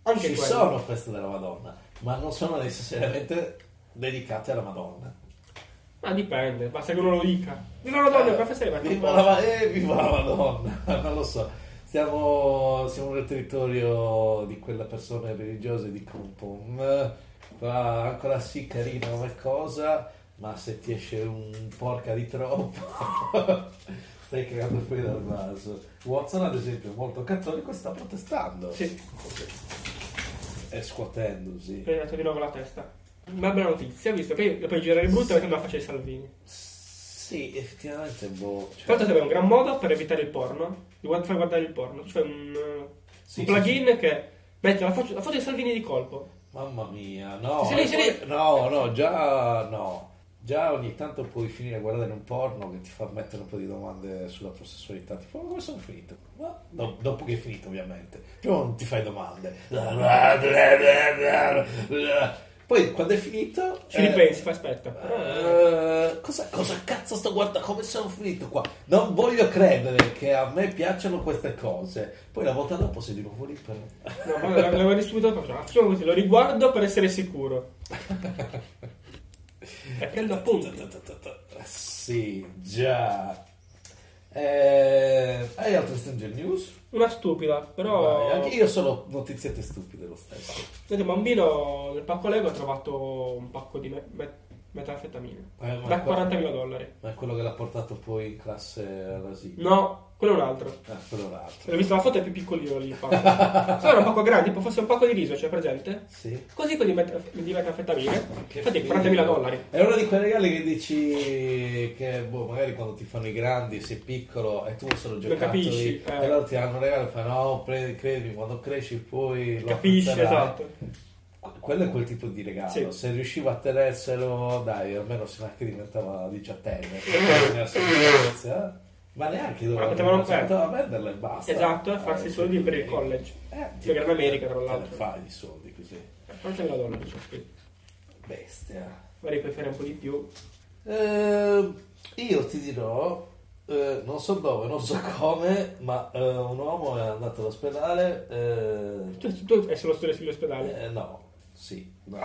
Anche ci quello. sono feste della Madonna, ma non sono necessariamente dedicate alla Madonna. Ma dipende, basta che uno lo dica. Viva la Madonna, per festa di Viva la, eh, viva la Madonna, non lo so. Stiamo, siamo nel territorio di quelle persone religiose di Compom. Qua ancora sì, carina come cosa, ma se ti esce un porca di troppo, stai cagando fuori dal vaso. Watson, ad esempio, è molto cattolico e sta protestando. Sì, E scuotendosi. hai dato di nuovo la testa. Una bella notizia, visto che la puoi girare brutta Sì. mettendo la faccia di Salvini. Sì, effettivamente, boh. Tra l'altro sarebbe un gran modo per evitare il porno, di guard- far guardare il porno. Cioè un, Sì, un sì, plugin sì. che mette la, foto- la foto di Salvini di colpo. Mamma mia, no. Se lei- se lei- e poi- No, no, già no. Già ogni tanto puoi finire a guardare un porno che ti fa mettere un po' di domande sulla tua sessualità. Tipo, ma come sono finito? Ma do- dopo che è finito, ovviamente. Prima non ti fai domande. Poi quando è finito... Ci eh, ripensi, fa aspetta. Eh, cosa, cosa cazzo sto guardando? Come sono finito qua? Non voglio credere che a me piacciono queste cose. Poi la volta dopo sei di nuovo lì per... No, ma la, la guardi subito, facciamo facciamo così, lo riguardo per essere sicuro. E prendo appunti. Sì, già. Eh, hai altre Stranger News? Una stupida, però... Vai, anche io sono notiziette stupide lo stesso. Vedete, un bambino nel pacco Lego ha trovato un pacco di me- me- metanfetamine. Eh, ma Da è que- quarantamila dollari. Ma è quello che l'ha portato poi in classe all'asilo. No, quello è un altro. Ah, quello è un altro. Ho visto la foto, è più piccolino lì il pacco. Se era un pacco grande, tipo fosse un pacco di riso, cioè presente? Sì. Così con di, met- di metanfetamine. Che Infatti figo. quarantamila dollari. È uno di quei regali che dici che boh, magari quando ti fanno i grandi sei piccolo e tu solo Lo giocattoli capisci, eh. e loro ti danno un regalo e fai no, prendi, credimi, quando cresci poi lo Capisci, apprezzerai. esatto. Que- Quello è quel tipo di regalo. Sì. Se riusciva a tenerselo, dai, almeno se neanche diventava diciottenne. eh. Ma neanche Ma doveva potevano poteva venderla e basta. Esatto, e farsi Eh, i soldi sì. per il college. Eh, Che era in America, tra te ne l'altro. fai i soldi così. quarantamila dollari, c'è scritto. Bestia. Magari puoi fare un po' di più. Eh, io ti dirò, eh, non so dove, non so come, ma eh, un uomo è andato all'ospedale. eh, Tu, tu hai solo storie sull'ospedale. eh, no, sì, no.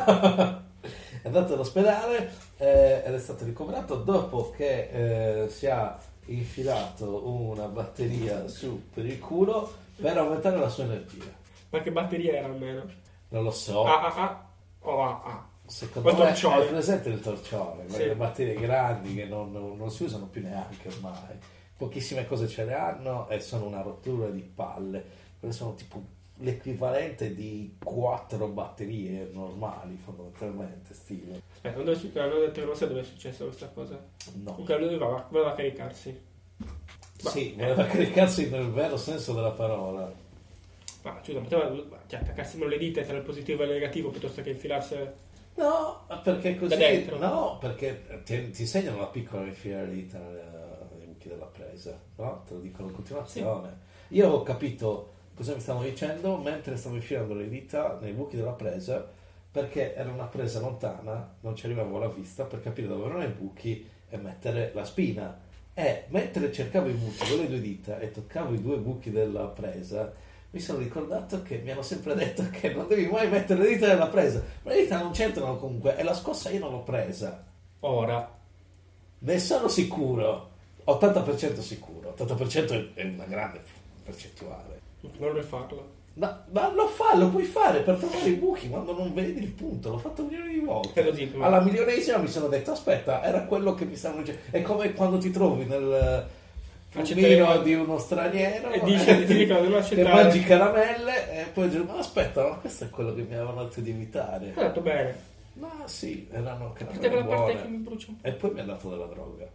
È andato all'ospedale eh, ed è stato ricoverato dopo che eh, si è infilato una batteria su per il culo per aumentare la sua energia. Ma che batteria era almeno? Non lo so. A A A o A A? Secondo O me torcione. è presente il torcione, Sì. quelle batterie grandi che non, non- non si usano più neanche ormai. Pochissime cose ce le hanno e sono una rottura di palle. Quelle sono tipo l'equivalente di quattro batterie normali, fondamentalmente, stile. Aspetta, non, dove, su- hanno detto che non so dove è successa questa cosa. No. Comunque lui voleva, voleva caricarsi. Ma- Sì, voleva caricarsi nel vero senso della parola. Ma scusa, poteva cioè, attaccarsi con le dita tra il positivo e il negativo piuttosto che infilarsi. No, perché così... Da dentro. No, perché ti, ti insegnano la piccola infilare le dita nei buchi della presa, no? Te lo dicono in continuazione. Io ho capito cosa mi stavano dicendo mentre stavo infilando le dita nei buchi della presa, perché era una presa lontana, non ci arrivavo alla vista per capire dove erano i buchi e mettere la spina. E mentre cercavo i buchi con le due dita e toccavo i due buchi della presa, mi sono ricordato che mi hanno sempre detto che non devi mai mettere le dita nella presa. Ma le dita non c'entrano comunque, e la scossa io non l'ho presa. Ora. Ne sono sicuro, ottanta per cento sicuro, ottanta per cento è una grande percentuale. Non dovrei farlo. Ma, ma lo fa, lo puoi fare per trovare i buchi quando non vedi il punto, l'ho fatto milioni di volte. È così, come- Alla milionesima mi sono detto, aspetta, era quello che mi stavano dicendo. È come quando ti trovi nel Accettare- pulmino di uno straniero E dice- ti dicono di non che accettare. mangi caramelle e poi dici, ma aspetta, ma questo è quello che mi avevano detto di evitare. Ha detto bene. Ma sì, erano Questa è caramelle quella parte buone. che mi brucia un po'. E poi mi ha dato della droga.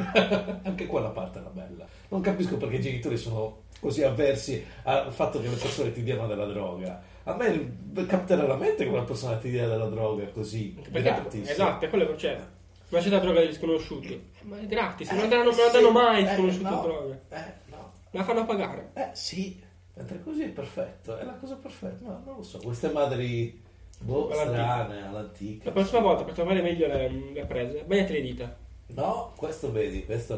Anche quella parte era bella. Non capisco perché i genitori sono così avversi al fatto che le persone ti diano della droga. A me capiterà la mente che una persona ti dia della droga così, Perché, gratis. esatto, è quello che c'è. Una certa droga degli sconosciuti. Ma è gratis, Eh, non danno, non sì, danno mai eh, sconosciuti no, droga. Eh, no. La fanno pagare. Eh, sì. Mentre così è perfetto. È la cosa perfetta. Ma non lo so. Queste madri boh, All'antica. strane, all'antica. La prossima volta per trovare meglio le, le prese, bagnati le dita. No, questo vedi, questo no.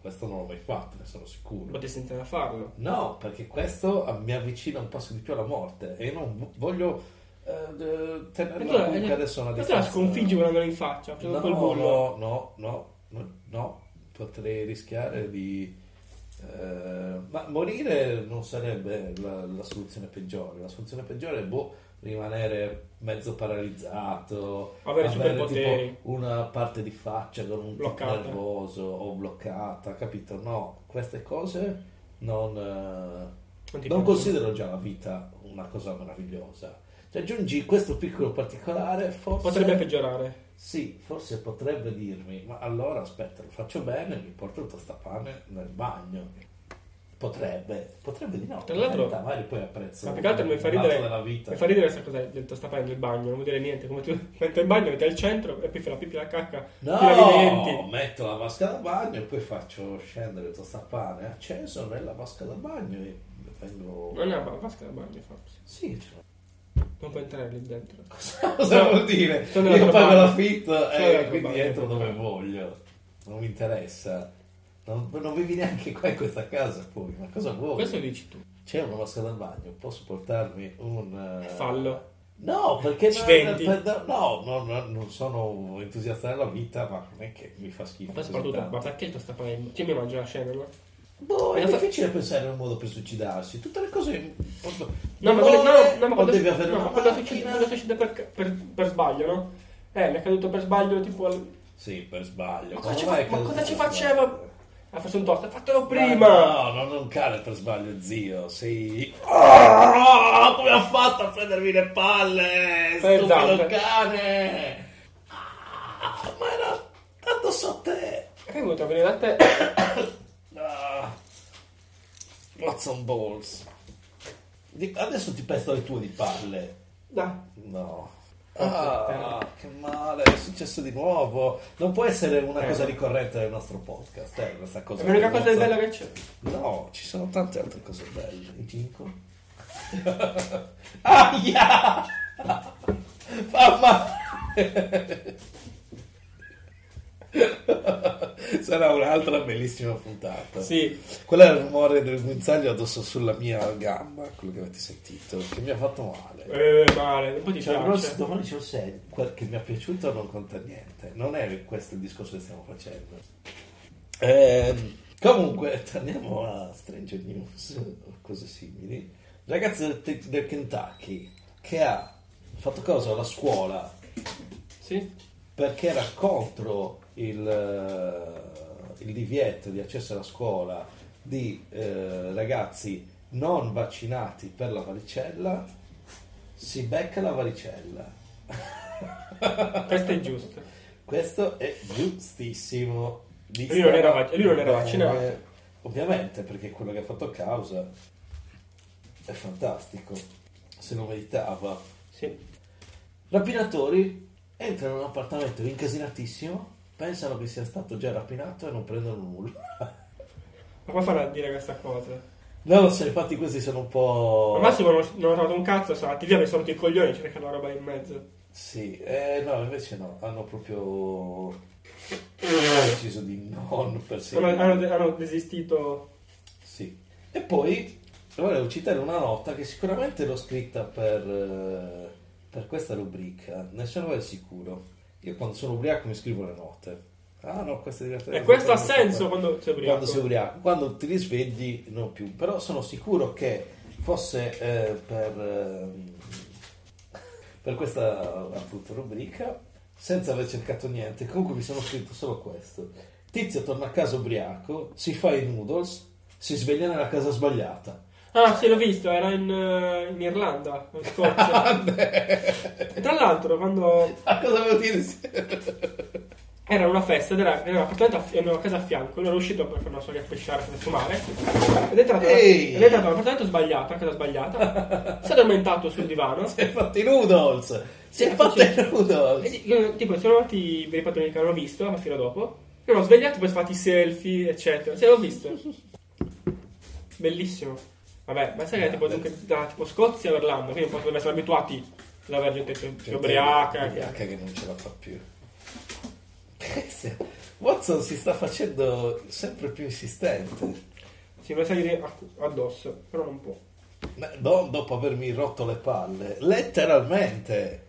questo non l'ho mai fatto, ne sono sicuro. Potresti iniziare a farlo. No, perché questo mi avvicina un passo di più alla morte e io non voglio eh, tenerlo comunque adesso una distanza. Ma tu la sconfiggi guardandolo in faccia, no, quel bullo. no, no, no, no, potrei rischiare di... Eh, ma morire non sarebbe la, la soluzione peggiore. La soluzione peggiore è boh, rimanere mezzo paralizzato, avere, avere superpoteri, tipo una parte di faccia con un tic nervoso o bloccata, capito? No, queste cose non, eh, non, non considero già la vita una cosa meravigliosa. Cioè, aggiungi questo piccolo particolare, forse potrebbe peggiorare. Sì, forse potrebbe dirmi, ma allora aspetta, lo faccio bene, mi porto il tostapane nel bagno. Potrebbe, potrebbe di no. Tra l'altro, carità, magari poi apprezzo. Ma più che altro mi fa ridere, mi fa ridere questa cosa del tostapane nel bagno, non vuol dire niente, come tu metti il bagno, metti al centro e poi fai la pipì e la cacca. No, metto la vasca da bagno e poi faccio scendere il tostapane acceso nella vasca da bagno e vengo... Non è una vasca da bagno, forse. Sì, ce l'ho. Non puoi entrare lì dentro. Cosa vuol dire? Io pago l'affitto e quindi entro dove voglio. Non mi interessa. Non, non vivi neanche qua in questa casa poi. Ma cosa vuoi? Questo dici tu. C'è una vasca da bagno, posso portarmi un... Uh... fallo? No, perché non, no, no, no, non sono entusiasta della vita, ma non è che mi fa schifo. Ma soprattutto, ma perché il tostapane? Chi mi immagina la scena, no? Boh, è difficile fa... pensare a un modo per suicidarsi. Tutte le cose. No, ma quelle, no, no, ma quando, devi avere no, una quando succede, quando succede per, per, per sbaglio, no? Eh, mi è caduto per sbaglio, tipo. Al... Sì, per sbaglio. Ma cosa, ci, fa... ma cosa ci faceva? Ha fatto un toast, fatelo prima! No, no, non cade per sbaglio, zio. Sei. Oh, come ha fatto a prendermi le palle? Stupido cane! Ah, ma era addosso a te! Che è venuto a venire da te? Watson Balls. Adesso ti pesto le tue di palle. Dai. No. Ah, che male, è successo di nuovo. Non può essere una eh. cosa ricorrente del nostro podcast, eh, questa cosa. È l'unica cosa bella che c'è. No, ci sono tante altre cose belle. Il ginko. Aia! Mamma! Sarà un'altra bellissima puntata. Sì. Quello è il rumore del guinzaglio addosso sulla mia gamba, quello che avete sentito, che mi ha fatto male. Eh, male, un po' ti cioè, piace. Domani c'è il sei, quel che mi è piaciuto non conta niente. Non è questo il discorso che stiamo facendo. Eh, comunque, torniamo a Stranger News o cose simili. Ragazzo del, del Kentucky che ha fatto cosa alla scuola? Sì. Perché era contro il, il divieto di accesso alla scuola di eh, ragazzi non vaccinati per la varicella, si becca la varicella. Questo è giusto. Questo è giustissimo. Lui non era, lui non era vaccinato. Ovviamente, perché quello che ha fatto causa è fantastico. Se lo meritava. Sì. Rapinatori entrano in un appartamento incasinatissimo, pensano che sia stato già rapinato e non prendono nulla. Ma come fanno a dire questa cosa? No, se infatti questi sono un po'... Al massimo non, non ho trovato un cazzo, sono andati via, mi sono rotto i coglioni, c'è la roba in mezzo. Sì, eh, no, invece no, hanno proprio deciso di non perseguire. Hanno, hanno, hanno desistito. Sì. E poi volevo citare una nota che sicuramente l'ho scritta per... per questa rubrica, ne sono sicuro. Io quando sono ubriaco mi scrivo le note. Ah no, questo è divertente. E questo ha senso quando sei ubriaco. Quando sei ubriaco. Quando ti risvegli non più. Però sono sicuro che fosse eh, per, eh, per questa appunto rubrica, senza aver cercato niente, comunque mi sono scritto solo questo. Tizio torna a casa ubriaco, si fa i noodles, si sveglia nella casa sbagliata. Ah sì, l'ho visto, era in, uh, in Irlanda, in Scozia. E tra l'altro quando... Ma cosa vuol dire? Era una festa ed era, era un appartamento a, una casa a fianco. Lui era uscito per fare una sua pesciare per fumare ed è entrato, ed è entrato all'appartamento sbagliato, a casa sbagliata. Si è addormentato sul divano. Si è fatto i noodles. Si è fatto i noodles. E, tipo, sono andati per i padroni che hanno visto la mattina dopo. E hanno svegliato, poi si sono fatti selfie, eccetera. Se l'ho visto. Bellissimo. Vabbè, ma sai che è tipo, da, tipo Scozia a Irlanda, quindi un po' dove essere abituati ad avere gente più ubriaca. Ubriaca che non ce la fa più. Watson si sta facendo sempre più insistente. Si vuole salire addosso, però non può. Non dopo avermi rotto le palle, letteralmente.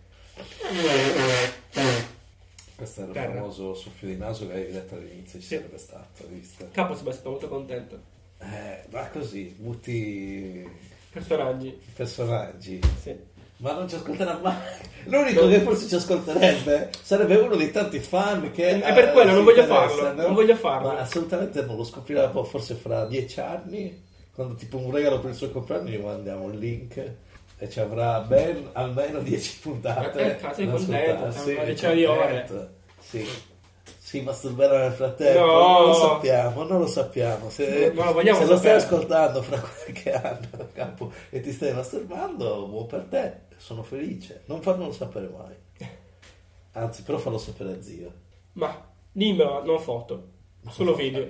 Questo era il Terra. famoso soffio di naso che avevi detto all'inizio ci Sì. sarebbe stato, visto? Capo sarebbe stato molto contento. Eh, va così, butti Personaggi, personaggi. sì. Ma non ci ascolterà mai. L'unico che forse ci ascolterebbe sarebbe uno dei tanti fan che... È per eh, quello, si non voglio interessano. farlo, non voglio farlo. Ma assolutamente non lo scoprirà poi forse fra dieci anni, quando tipo un regalo per il suo compleanno gli mandiamo un link e ci avrà ben almeno dieci puntate. Eh, cazzo, sei da contento, ascoltare. siamo Sì, una è decina di ore. contento. Sì. Si masturberà nel frattempo, No. non lo sappiamo, non lo sappiamo. Se, Non lo vogliamo se lo stai sapere. ascoltando fra qualche anno capo, e ti stai masturbando, buon per te, sono felice. Non farmelo sapere mai. Anzi, però fallo sapere a zio. Ma dimmelo, non foto, solo video.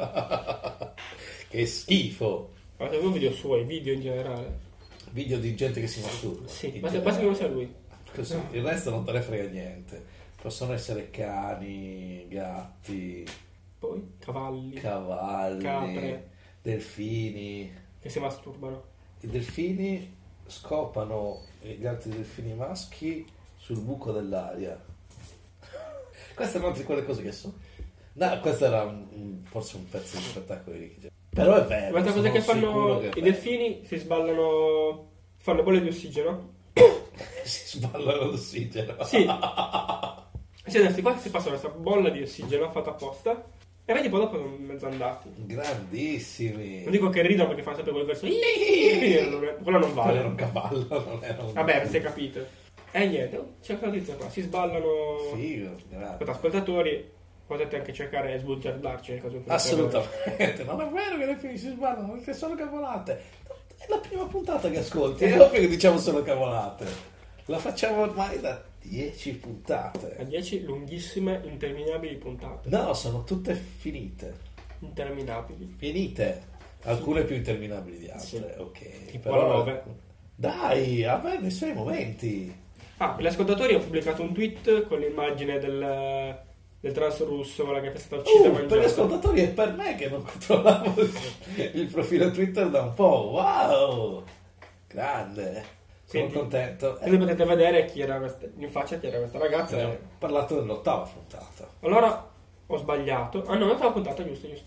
Che schifo. Guarda, non video suoi, video in generale. Video di gente che si masturba. Sì, In basta, generale. basta che non sia lui. Così, il resto non te ne frega niente. Possono essere cani, gatti, Poi cavalli cavalli, Capre. delfini. che si masturbano. I delfini scopano gli altri delfini maschi sul buco dell'aria. Queste erano altre quelle cose che so. No, questo era un- un- forse un pezzo di spettacolo di Ricky. Però è vero. L'altra cosa sono che fanno sicuro che è i vero. delfini si sballano, fanno bolle di ossigeno. Si sballano l'ossigeno. Sì. Sì, adesso qua si passa questa bolla di ossigeno fatta apposta e vedi poi dopo sono mezzo andati. Grandissimi. Non dico che ridono perché fanno sempre quel verso. Quello non Quello vale. era un cavallo, non era un... Vabbè, si è capito. E niente, oh, c'è quella notizia qua. Si sballano. Figo, grazie. Aspetta, ascoltatori, potete anche cercare e sbugiardarci nel caso in cui Assolutamente, non è vero che le figli si sballano, perché sono cavolate. È la prima puntata che ascolti, è ovvio che diciamo solo cavolate. La facciamo ormai da dieci A puntate. dieci lunghissime, interminabili puntate. No, sono tutte finite. Interminabili. Finite. Alcune più interminabili di altre, Sì. ok. Tipo Però- la nove. Dai, avere i suoi momenti. Ah, per gli ascoltatori ho pubblicato un tweet con l'immagine del, del trans russo, quella che è stata uccisa Uh, per gli mangiata. ascoltatori è per me che non controllavo il, il profilo Twitter da un po'. Wow! Grande. Sono Quindi- contento. Quindi potete vedere chi era questa, in faccia chi era questa ragazza. Abbiamo parlato dell'ottava puntata. Allora ho sbagliato. Ah no, non la puntata, giusto, giusto.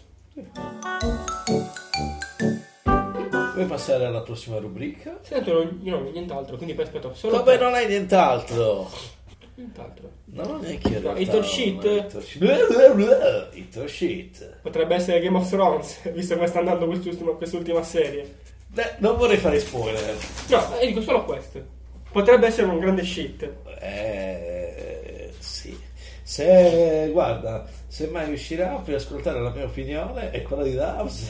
Vuoi passare alla prossima rubrica? Sento, non, io non ho nient'altro, quindi poi aspetto solo Come te. non hai nient'altro? Nient'altro. No, non è che io in No, realtà Eat or Shit. non è Eat or Shit. Blah, blah, blah. Eat or Shit. Potrebbe essere Game of Thrones, visto come sta andando quest'ultima, quest'ultima serie. Beh, non vorrei fare spoiler. No, io dico solo questo. Potrebbe essere un grande shit. Eh, sì. Se, guarda, se mai riuscirà per ascoltare la mia opinione e quella di Davs,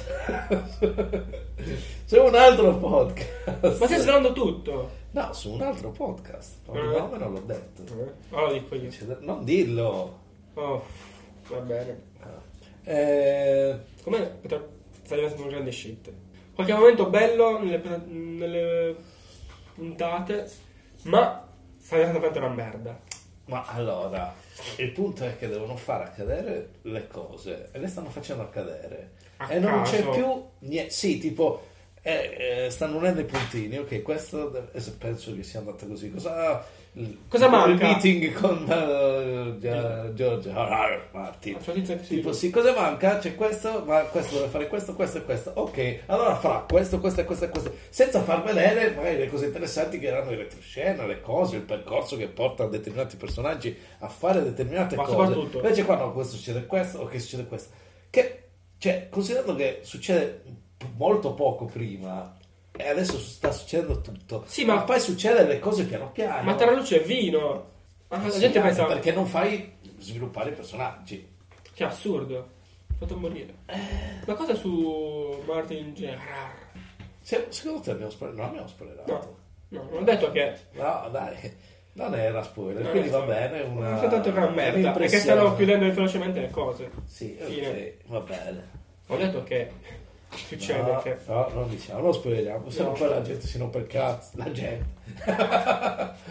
c'è un altro podcast. Ma stai svelando tutto. No, su un altro podcast. Il Eh. nome non l'ho detto. Ora lo dico io. Cioè, non dirlo. Oh, va bene. Eh, Come potrebbe sta diventando un grande shit. Qualche momento bello nelle, nelle puntate, ma sta diventando veramente una merda. ma allora, il punto è che devono far accadere le cose e le stanno facendo accadere. A e non c'è caso. più niente. Sì, tipo, eh, eh, stanno unendo i puntini. Ok, questo deve- eh, penso che sia andata così. Cosa, il- Cosa il manca? meeting con uh, Gia- Giorgio ah, Martin. La notizia che si Tipo, dice. sì, cosa manca? C'è questo, ma questo deve fare questo, questo e questo. Ok, allora farà questo, questo e questo e questo. Senza far vedere magari le cose interessanti che erano in retroscena, le cose, il percorso che porta determinati personaggi a fare determinate Ma cose. soprattutto- Invece qua no, questo succede questo, ok, succede questo. Che, cioè, considerando che succede p- molto poco prima e adesso sta succedendo tutto. Sì, ma- poi succede le cose piano piano. Ma tra luce e vino. Ah, la Sì, gente anche pensa. perché non fai sviluppare i personaggi. Che assurdo. Fatto morire. Ma cosa su Martin Gerard? Se- secondo te abbiamo spoilerato? Non abbiamo spoilerato. No, no, non ho detto che. No, dai, non era spoiler, Non quindi era va spoiler. bene. Una, Non soltanto che è una merda. Perché un'impressione. stanno chiudendo velocemente le cose. Sì, ok, Fine. va bene. Ho detto che succede No, che. no, non diciamo, non spoileriamo, se no No. poi la gente si rompe il cazzo. La gente.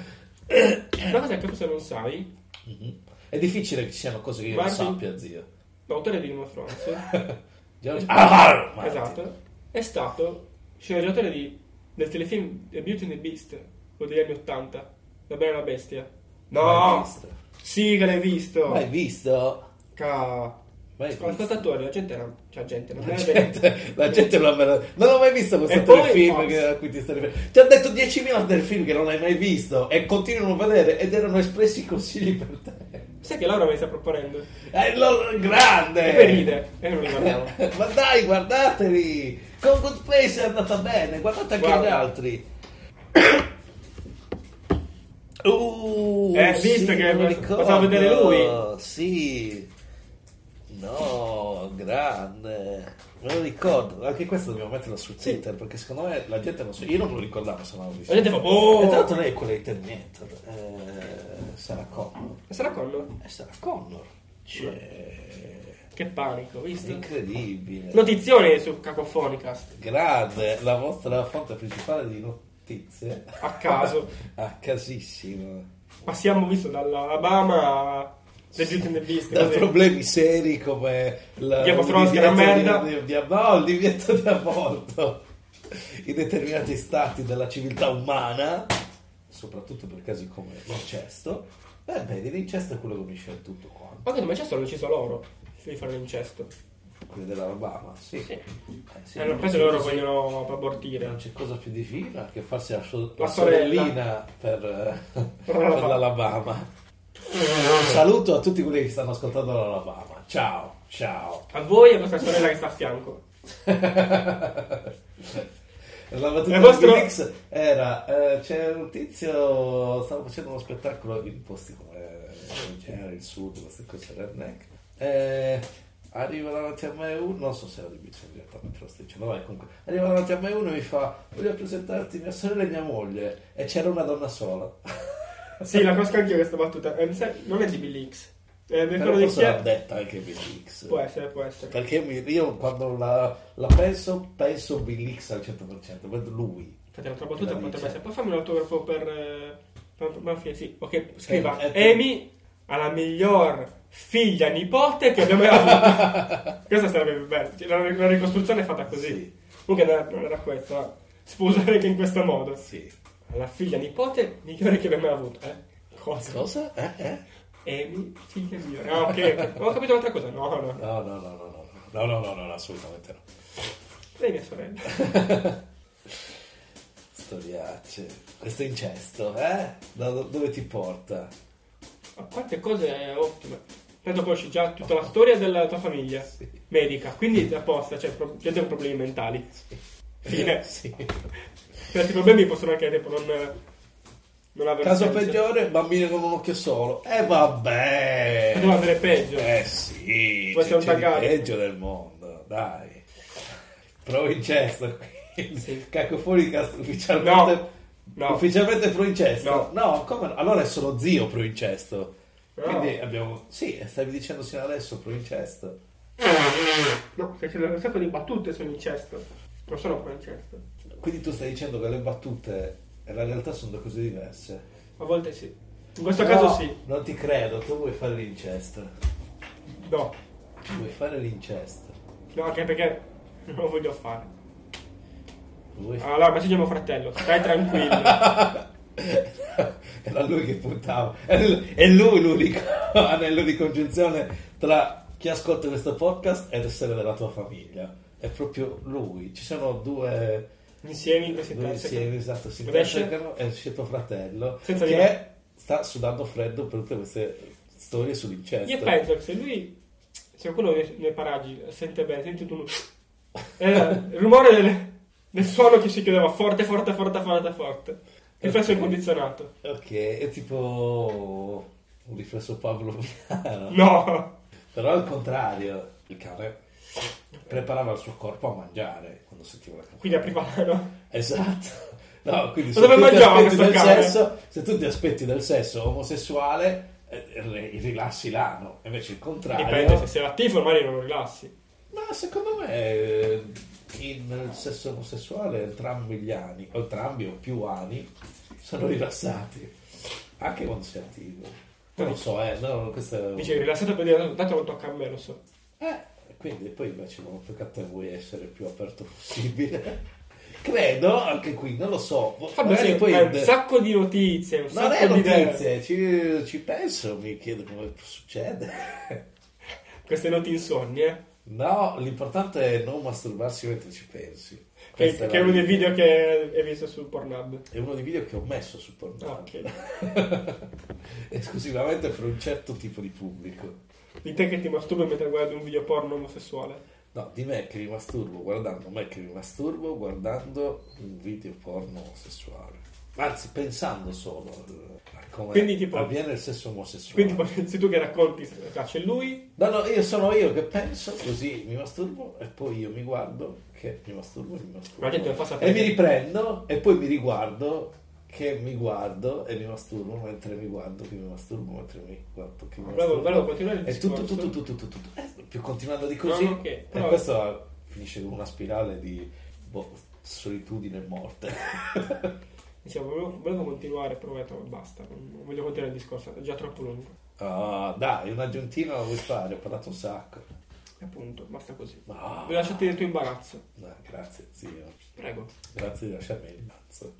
Una cosa che forse non sai. Mhm. È difficile che ci siano cose che io non Martin- sappia, zio. l'autore di Game of Thrones, George R. R. esatto, è stato sceneggiatore di, del telefilm The Beauty and the Beast, quello degli anni ottanta, La Bella e la Bestia. No! Mai visto? Sì che l'hai visto! Mai visto? Ca... Mai visto? Ascoltatori, la gente era... Cioè, gente, non La è gente, la gente non me la... Non ho mai visto questo E poi telefilm Fox. che, a cui ti stai riferendo. Ti ho detto diecimila telefilm che non hai mai visto e continuano a vedere ed erano espressi consigli per te. Sai che Laura mi sta proponendo? È lo grande! E poi ride, e non li guardiamo. Ma dai, guardateli! Con Good Place è andata bene, guardate anche Guarda. gli altri. Uh, Eh, visto sì, che me lo faceva ricordo. vedere lui? Sì. No, grande. Me lo ricordo. Anche questo dobbiamo metterlo su Twitter perché secondo me la gente non so. Io non me lo ricordavo se non l'avevo visto. La gente fa... Oh! E tra l'altro lei è quella di Terminator. Eh, Sarah Connor. E sarà Connor? È Sarah Connor. Cioè, Che panico, visto? incredibile. Notizioni su Cacofonicast. Grande, la vostra fonte principale di notizie. A caso. A casissimo. Passiamo, visto, dall'Alabama a The Beauty and the Beast. Da così. problemi seri come la, Game of il Thrones, che è una divieto merda. di, di, di- no, il divieto di aborto in determinati stati della civiltà umana, soprattutto per casi come l'incesto. Beh, vedi, l'incesto è quello che unisce il tutto quanto. Ma che ma l'incesto l'hanno deciso loro di fare l'incesto. Quelli dell'Alabama, sì. Sì. Eh, sì, Hanno non preso c'è loro cosa- vogliono abortire. Non c'è cosa più difficile che farsi la, so- La la sorella. sorellina per, eh, per l'Alabama. l'Alabama. Un saluto a tutti quelli che stanno ascoltando l'Alabama. Ciao, ciao. A voi e a vostra sorella che sta a fianco. La battuta Il vostro- di Mix era eh, c'è un tizio stava facendo uno spettacolo in posti come il genere, il sud, queste cose redneck, eh, arriva davanti a me uno, non so se era di Mix direttamente lo sto dicendo, vabbè, comunque arriva davanti a me uno e mi fa: voglio presentarti mia sorella e mia moglie, e c'era una donna sola. Sì, la conosco anch'io questa battuta. Eh, mi sa- non è di Bill X. Eh, mi Però ricordo di forse chi l'ha è. detta anche Bill X, Può essere, può essere. perché mi- io quando la, la penso penso Bill X al cento per cento, vedo lui. Infatti l'altra battuta La potrebbe dice. essere. Puoi farmi un autografo per... eh, per, per, per sì, ok, scriva. Eh, eh, Amy ha la miglior figlia nipote che abbia mai avuto. Questa sarebbe più bella. Cioè, La, la ricostruzione è fatta così. Sì. Comunque non era, non era questa, ma si può usare anche in questo modo. Sì. La figlia nipote migliore che abbia mai avuto. Eh? Cosa? Cosa? Eh? Eh? Amy, figlia migliore. Ah, ok, ok. Non ho capito un'altra cosa. No, no. No, no, no, no, no, no, no, no, no, assolutamente no. Lei è mia sorella. Storiacce. Questo incesto, eh? Da do- dove ti porta? A parte cose ottime. Tanto conosci già tutta la storia della tua famiglia Sì. medica, quindi è apposta, cioè pro- gente con problemi mentali. Fine. Sì. Certi problemi possono anche tipo non, non avere Caso senso. peggiore, bambini con un occhio solo. E vabbè. Poteva andare peggio. Eh sì, Può essere c'è, un c'è di tagato. peggio del mondo, dai. Pro incesto, quindi. Sì. Cacofonicast ufficialmente, No. ufficialmente pro incesto. No. No, come no? Allora è solo zio pro incesto. No. Quindi abbiamo... Sì, stavi dicendo sino adesso pro incesto. No, perché c'è un sacco di battute sull'incesto. Non sono pro incesto. Quindi tu stai dicendo che le battute e la realtà sono due cose diverse. A volte sì. In questo No, caso sì. non ti credo, tu vuoi fare l'incesto. No. Vuoi fare l'incesto. No, anche perché non lo voglio fare. Vuoi Allora, messaggio mio fratello, stai tranquillo. Era lui che puntava. È lui- è lui l'unico anello di congiunzione tra chi ascolta questo podcast ed essere della tua famiglia. È proprio lui. Ci sono due, Insieme, si due intersecano. insieme, esatto, si Riesce? intersecano e c'è tuo fratello Senza di che me. sta sudando freddo per tutte queste storie sull'incesto. Io penso che se lui, se qualcuno nei, nei paraggi sente bene, sente un... eh, il rumore del, del suono che si chiudeva forte, forte, forte, forte, forte. Riflesso Ok. incondizionato. Ok, è tipo un riflesso pavloviano. No! Però al contrario, il cane preparava il suo corpo a mangiare quando sentiva la canzone. Quindi apriva la mano. Esatto. No, quindi Ma se dove tu, ti mangiava aspetti questo del cane? sesso, se tu ti aspetti del sesso omosessuale, eh, eh, rilassi l'ano. Invece il contrario. Dipende, se sei attivo magari non lo rilassi. Ma secondo me eh, in nel sesso omosessuale entrambi gli ani, o entrambi o più ani, sono rilassati. Anche quando sei attivo. Non lo so, eh, no, questo è... Dicevi rilassato per dire, tanto non tocca a me, lo so. Eh, quindi poi invece no, perché a te vuoi essere il più aperto possibile. Credo, anche qui, non lo so. Vabbè, sì, poi è un sacco di notizie, un non sacco è di notizie, ci, ci penso, mi chiedo come succede. Queste notti insonni, eh? No, l'importante è non masturbarsi mentre ci pensi. Che, Questa che è è la uno dei vita. video che hai visto su Pornhub. È uno dei video che ho messo su Pornhub. Ok. Esclusivamente per un certo tipo di pubblico. Di te che ti masturbi mentre guardi un video porno omosessuale. No, di me che mi masturbo guardando me che mi masturbo guardando un video porno sessuale. Anzi, pensando solo a come Quindi, tipo- avviene il sesso omosessuale. Quindi poi sei tu che racconti se piace lui. No, no, io sono io che penso, così mi masturbo e poi io mi guardo che mi masturbo e mi masturbo. La gente lo fa sapere. E mi riprendo e poi mi riguardo che mi guardo e mi masturbo mentre mi guardo che mi masturbo mentre mi guardo che mi Volevo, masturbo. volevo continuare il E tutto, discorso. tutto, tutto, tutto, tutto. Eh, più continuando di così. No, no, ok, E però- questo finisce con una spirale di boh, solitudine e morte. Diciamo, volevo, volevo continuare, però ho detto basta, non non voglio continuare il discorso, è già troppo lungo. Ah, dai, un'aggiuntina la vuoi fare? Ho parlato un sacco. E appunto, basta così. Ah, Vi lasciate nel tuo imbarazzo. no, grazie zio. Prego. Grazie di lasciarmi il mazzo.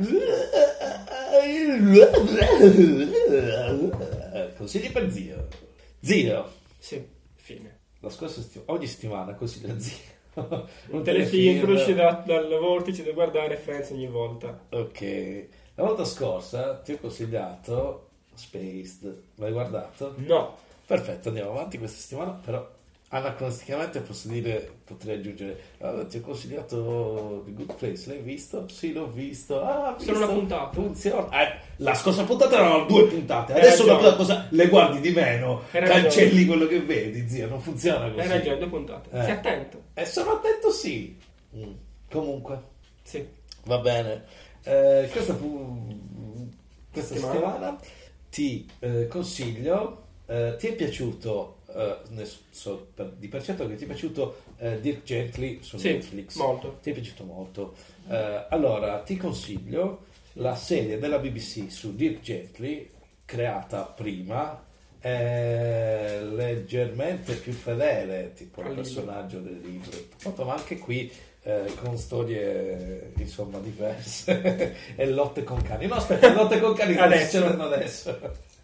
Consigli per zio. Zio. Sì, fine. La scorsa settimana, ogni settimana consiglio a zio. Un telefilm che uscì da- dal vortice da guardare Friends ogni volta. Ok. La volta scorsa ti ho consigliato Spaced. L'hai guardato? No. Perfetto, andiamo avanti questa settimana, però anacronisticamente posso dire, potrei aggiungere, ah, ti ho consigliato The Good Place, l'hai visto? Sì, l'ho visto. Ah, Solo visto? una puntata. Funziona. Eh, la scorsa puntata erano due puntate, Hai adesso ragione. dopo cosa le guardi di meno, Hai ragione. cancelli quello che vedi, zio, non funziona così. Hai ragione, due puntate. Eh. Stai attento. E sono attento, sì. Mm. Comunque, Sì. va bene. Eh, questa pu- questa Settimana. settimana ti eh, consiglio, eh, ti è piaciuto, eh, ne so per- di per certo che ti è piaciuto eh, Dirk Gently su Sì, Netflix. molto. Ti è piaciuto molto. Eh, allora, ti consiglio la serie della B B C su Dirk Gently, creata prima, è leggermente più fedele, tipo Al il libro. personaggio del libro, tutto, ma anche qui eh, con storie insomma diverse e lotte con cani. No, aspetta, le lotte con cani Adesso. succedono adesso.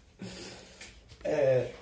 Eh,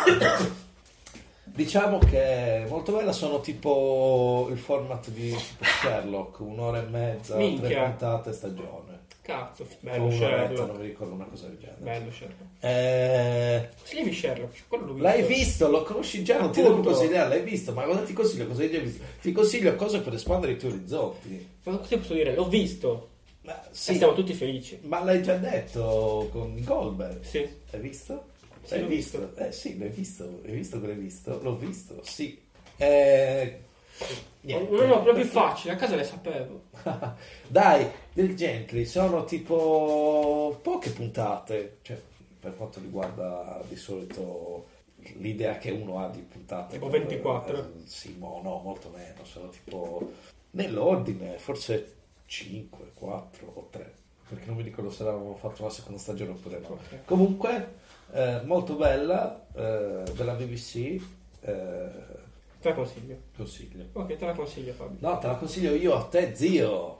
diciamo che è molto bella, sono tipo il format di tipo Sherlock, un'ora e mezza, tre Minchia. puntate stagione. Cazzo, O bello un'oretta, Sherlock. non mi ricordo una cosa del genere. Bello Sherlock. Eh, Consigliami Sherlock, quello l'ho visto. l'hai visto, lo conosci già, non ti devo Appunto. consigliare, l'hai visto, ma cosa ti consiglio? Cosa hai già visto? Ti consiglio cose per espandere i tuoi orizzonti. Ma cosa posso dire? L'ho visto. Ma, E sì, siamo tutti felici. ma l'hai già detto con Goldberg. Sì. Hai visto? Sì, L'hai l'ho visto? Eh sì, l'hai visto. Hai visto che l'hai visto? L'ho visto, sì. Eh, niente. No, no, proprio facile, a casa le sapevo. Dai, del Gently sono tipo poche puntate, cioè per quanto riguarda di solito l'idea che uno ha di puntate. Tipo ventiquattro. Eh, sì, mo, no, molto meno, sono tipo nell'ordine, forse cinque, quattro o tre, perché non mi ricordo se avevamo fatto la seconda stagione oppure no. Ok. Comunque, eh, molto bella, eh, della B B C, eh, Te la consiglio. consiglio. Ok, te la consiglio Fabio. No, te la consiglio io a te, zio.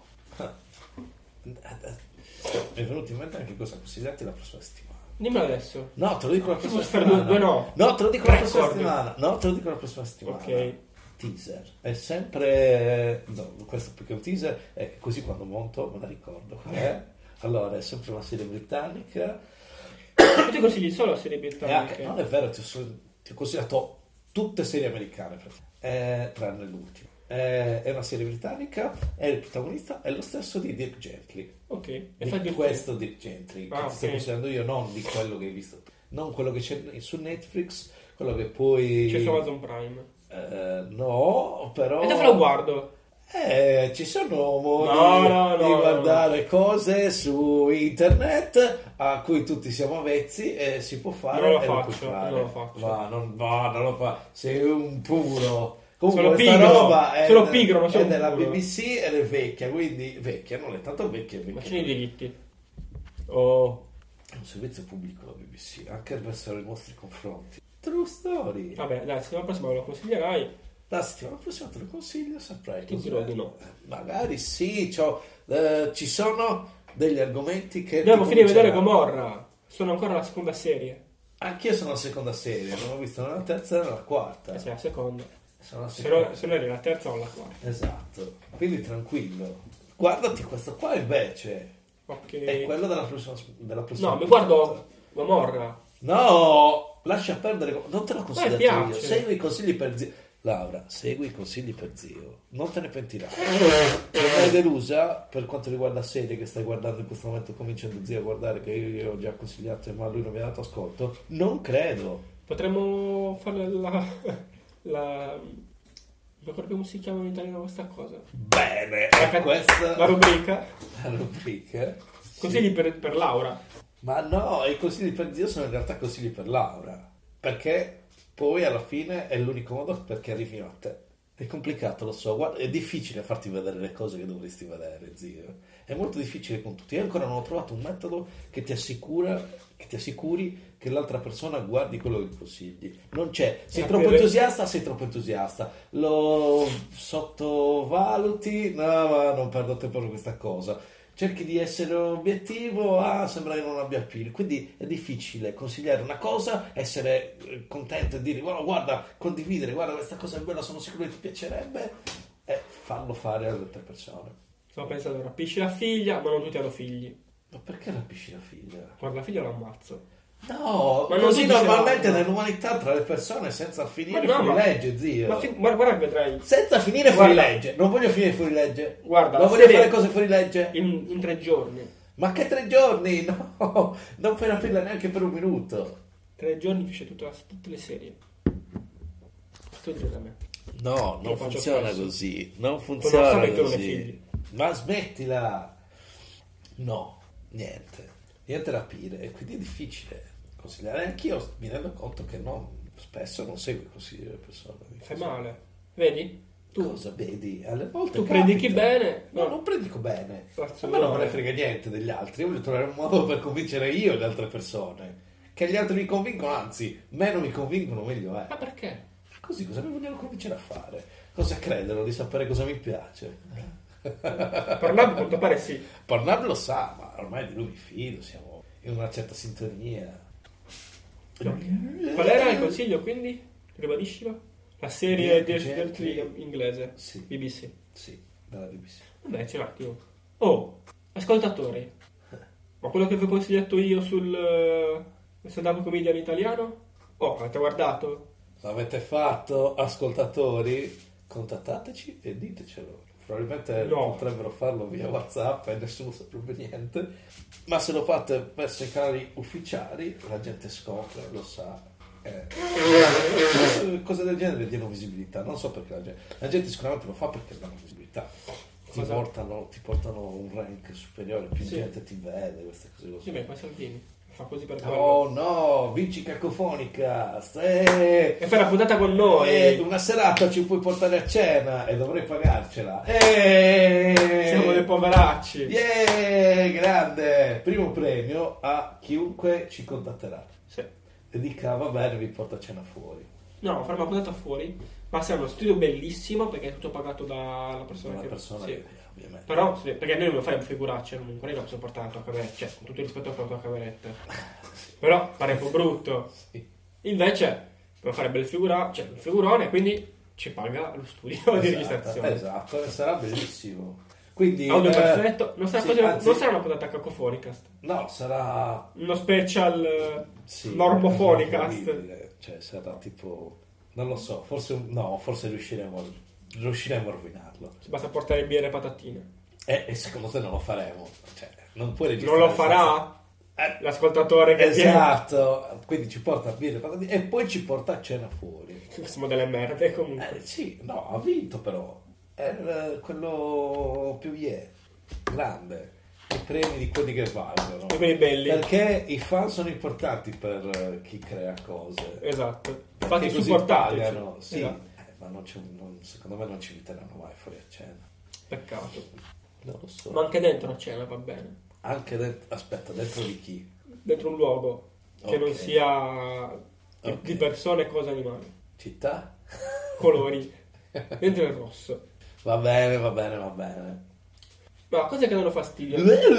Mi è venuto in mente anche cosa consigliarti la prossima settimana. Dimmelo adesso. No, te lo dico la Ti prossima posso fare settimana. due, due no. No, te lo dico la prossima Record. settimana. No, te lo dico la prossima settimana. Ok. Teaser. È sempre... No, questo più che un teaser è che così quando monto me la ricordo. Eh? Allora, è sempre una serie britannica. Io ti consigli solo serie E anche, britanniche. non è vero, ti ho, so- ti ho consigliato tutte serie americane, eh, tranne l'ultima. Eh, è una serie britannica e il protagonista è lo stesso di Dirk Gently. Ok. E Di fai di questo Dirk Gently che Ah, ti sto ok. consigliando io, non di quello che hai visto tu. Non quello che c'è su Netflix, quello che poi... C'è su Amazon Prime. Eh, no, però... E dove lo guardo? Eh, ci sono modi No, no, di no, guardare cose su internet a cui tutti siamo avvezzi e si può fare Non lo e faccio, puoi fare. non lo faccio. Ma non, no, non lo fa. Sei un puro. Comunque Sono questa pigro, roba è, sono pigro, ma sono è della puro. B B C ed è vecchia, quindi vecchia, non è tanto vecchia, è Ma vecchia. ce ne i diritti. Oh. È un servizio pubblico la B B C, anche verso i nostri confronti. True story. Vabbè, dai, settimana prossima me lo consiglierai. La settimana prossima te lo consiglio, saprai. Ti dirò di no. Magari sì, c'ho, eh, ci sono degli argomenti che... Dobbiamo finire di vedere Gomorra. Sono ancora alla seconda serie. Anch'io sono la seconda serie, non ho visto né la terza né la quarta. Eh sì, la seconda. Sono la Se seconda. no, se no eri la terza o la quarta. Esatto, quindi tranquillo. Guardati questo qua invece. Ok. È quello della prossima, della prossima No, mi puntata. guardo Gomorra. No, lascia perdere. Non te l'ho A me consigliato piace. io. Segui i consigli per zio. Laura, segui i consigli per zio. Non te ne pentirai. Se hai delusa per quanto riguarda serie che stai guardando in questo momento, cominciando zio a guardare che io, io ho già consigliato ma lui non mi ha dato ascolto, non credo. Potremmo fare la... la... non ricordo come si chiama in italiano questa cosa. Bene, La, e questa la rubrica. la rubrica. Consigli Sì. per, per Laura. Ma no, i consigli per zio sono in realtà consigli per Laura. Perché poi alla fine è l'unico modo perché arrivino a te. È complicato, lo so, guarda, è difficile farti vedere le cose che dovresti vedere, zio. È molto difficile con tutti. Io ancora non ho trovato un metodo che ti assicura, che ti assicuri che l'altra persona guardi quello che consigli. Non c'è. Sei Eh, troppo per- entusiasta, sei troppo entusiasta. Lo sottovaluti? No, ma non perdo tempo per questa cosa. Cerchi di essere obiettivo, ah, sembra che non abbia appeal. Quindi è difficile consigliare una cosa, essere eh, contento e dire "Oh, guarda, condividere, guarda questa cosa è bella, sono sicuro che ti piacerebbe", e farlo fare alle altre persone. Stavo pensando, rapisci la figlia, ma non tutti hanno figli. Ma perché rapisci la figlia? Guarda, la figlia lo ammazzo. No, Ma non così si dice normalmente no. nell'umanità tra le persone senza finire Ma no, fuori ma- legge, zio. Ma fi- guarda, guarda che vedrai. Senza finire fuori Guarda. legge. Non voglio finire fuori legge. Guarda, non la voglio serie- fare cose fuori legge. In, in tre giorni. Ma che tre giorni? No, non puoi rapirla neanche per un minuto. Tre giorni finisce tutta la- tutte le serie. Questo dire da me. No, Io non faccio funziona questo. così. Non Non funziona so che tu non hai così. figli. Ma smettila. No, niente. Niente rapire. E quindi è difficile consigliare. Anch'io mi rendo conto che no, spesso non seguo i consigli delle persone. Fai male. Vedi? Tu, Cosa vedi? Alle volte tu capita. predichi bene. No, non predico bene. Cazzo, A me non me no. ne frega niente degli altri. Io voglio trovare un modo per convincere io le altre persone. Che gli altri mi convincono, anzi, meno mi convincono, meglio è. Ma perché? Così cosa mi vogliono convincere a fare? Cosa credono di sapere cosa mi piace? Pornhub a quanto pare sì. Pornhub lo sa, ma ormai di lui mi fido, siamo in una certa sintonia. No. Qual era il consiglio quindi? Ribadiscilo? La serie Dirk del, del Gently. inglese. Sì, B B C. sì, dalla B B C. Vabbè, c'è un attimo. Oh, ascoltatori. Ma quello che vi ho consigliato io sul eh, stand-up comedian italiano? Oh, avete guardato? L'avete fatto, ascoltatori? Contattateci e ditecelo. Probabilmente No. potrebbero farlo via WhatsApp e nessuno saprebbe niente. Ma se lo fate verso i canali ufficiali, la gente scopre, lo sa. Eh, cose del genere diano visibilità. Non so perché la gente, la gente sicuramente lo fa perché danno visibilità. Ti Cosa? portano, ti portano un rank superiore, più Sì. gente ti vede, queste cose così. Sì, beh, poi Salvini. Fa così per quello. Oh no, vinci Cacofonica, eh, E fai la puntata con noi. eh, una serata ci puoi portare a cena e dovrei pagarcela. Eh, Siamo dei poveracci. yeah, grande! Primo premio a chiunque ci contatterà Sì. e dica va bene, vi porto a cena fuori. No, fare una puntata fuori. Ma sarà uno studio bellissimo perché è tutto pagato dalla persona Una che... persona sì. che, ovviamente. Però, sì, perché noi non faremo figuracce comunque, noi non possiamo portare la tua cameretta, cioè, con tutto il rispetto per la tua cameretta. Però pare un po' brutto. Sì. Invece, dobbiamo fare bel figura, cioè, un figurone, quindi ci paga lo studio di Esatto, registrazione. esatto, e sarà bellissimo. Quindi, Audio eh, perfetto. Non sarà, sì, così- anzi- non sarà una puntata cacofonicast. no, sarà Uno special eh, sì, normofonicast. orribile. Cioè sarà tipo, non lo so, forse un- no, forse riusciremo riusciremo a rovinarlo. Basta portare birra e patatine. E, e secondo te non lo faremo? Cioè, non puoi registrare Non lo farà senza- l'ascoltatore che esatto, quindi ci porta a birra e patatine e poi ci porta a cena fuori. siamo delle merde comunque. Eh, sì, no, ha vinto però. È eh, quello più yeah, grande. I premi di quelli che valgono. E quelli belli. Perché i fan sono importanti per eh, chi crea cose. Esatto. Perché Infatti così supportateci. pagano, sì. Esatto. Eh, ma non ci- non- secondo me non ci inviteranno mai fuori a cena. Peccato. Non lo so. Ma anche dentro a cena va bene. Anche dentro, aspetta, dentro di chi? Dentro un luogo che Ok. non sia di, Ok. di persone, cose, animali, Città? colori, dentro il rosso. Va bene, va bene, va bene. No, cose che danno fastidio.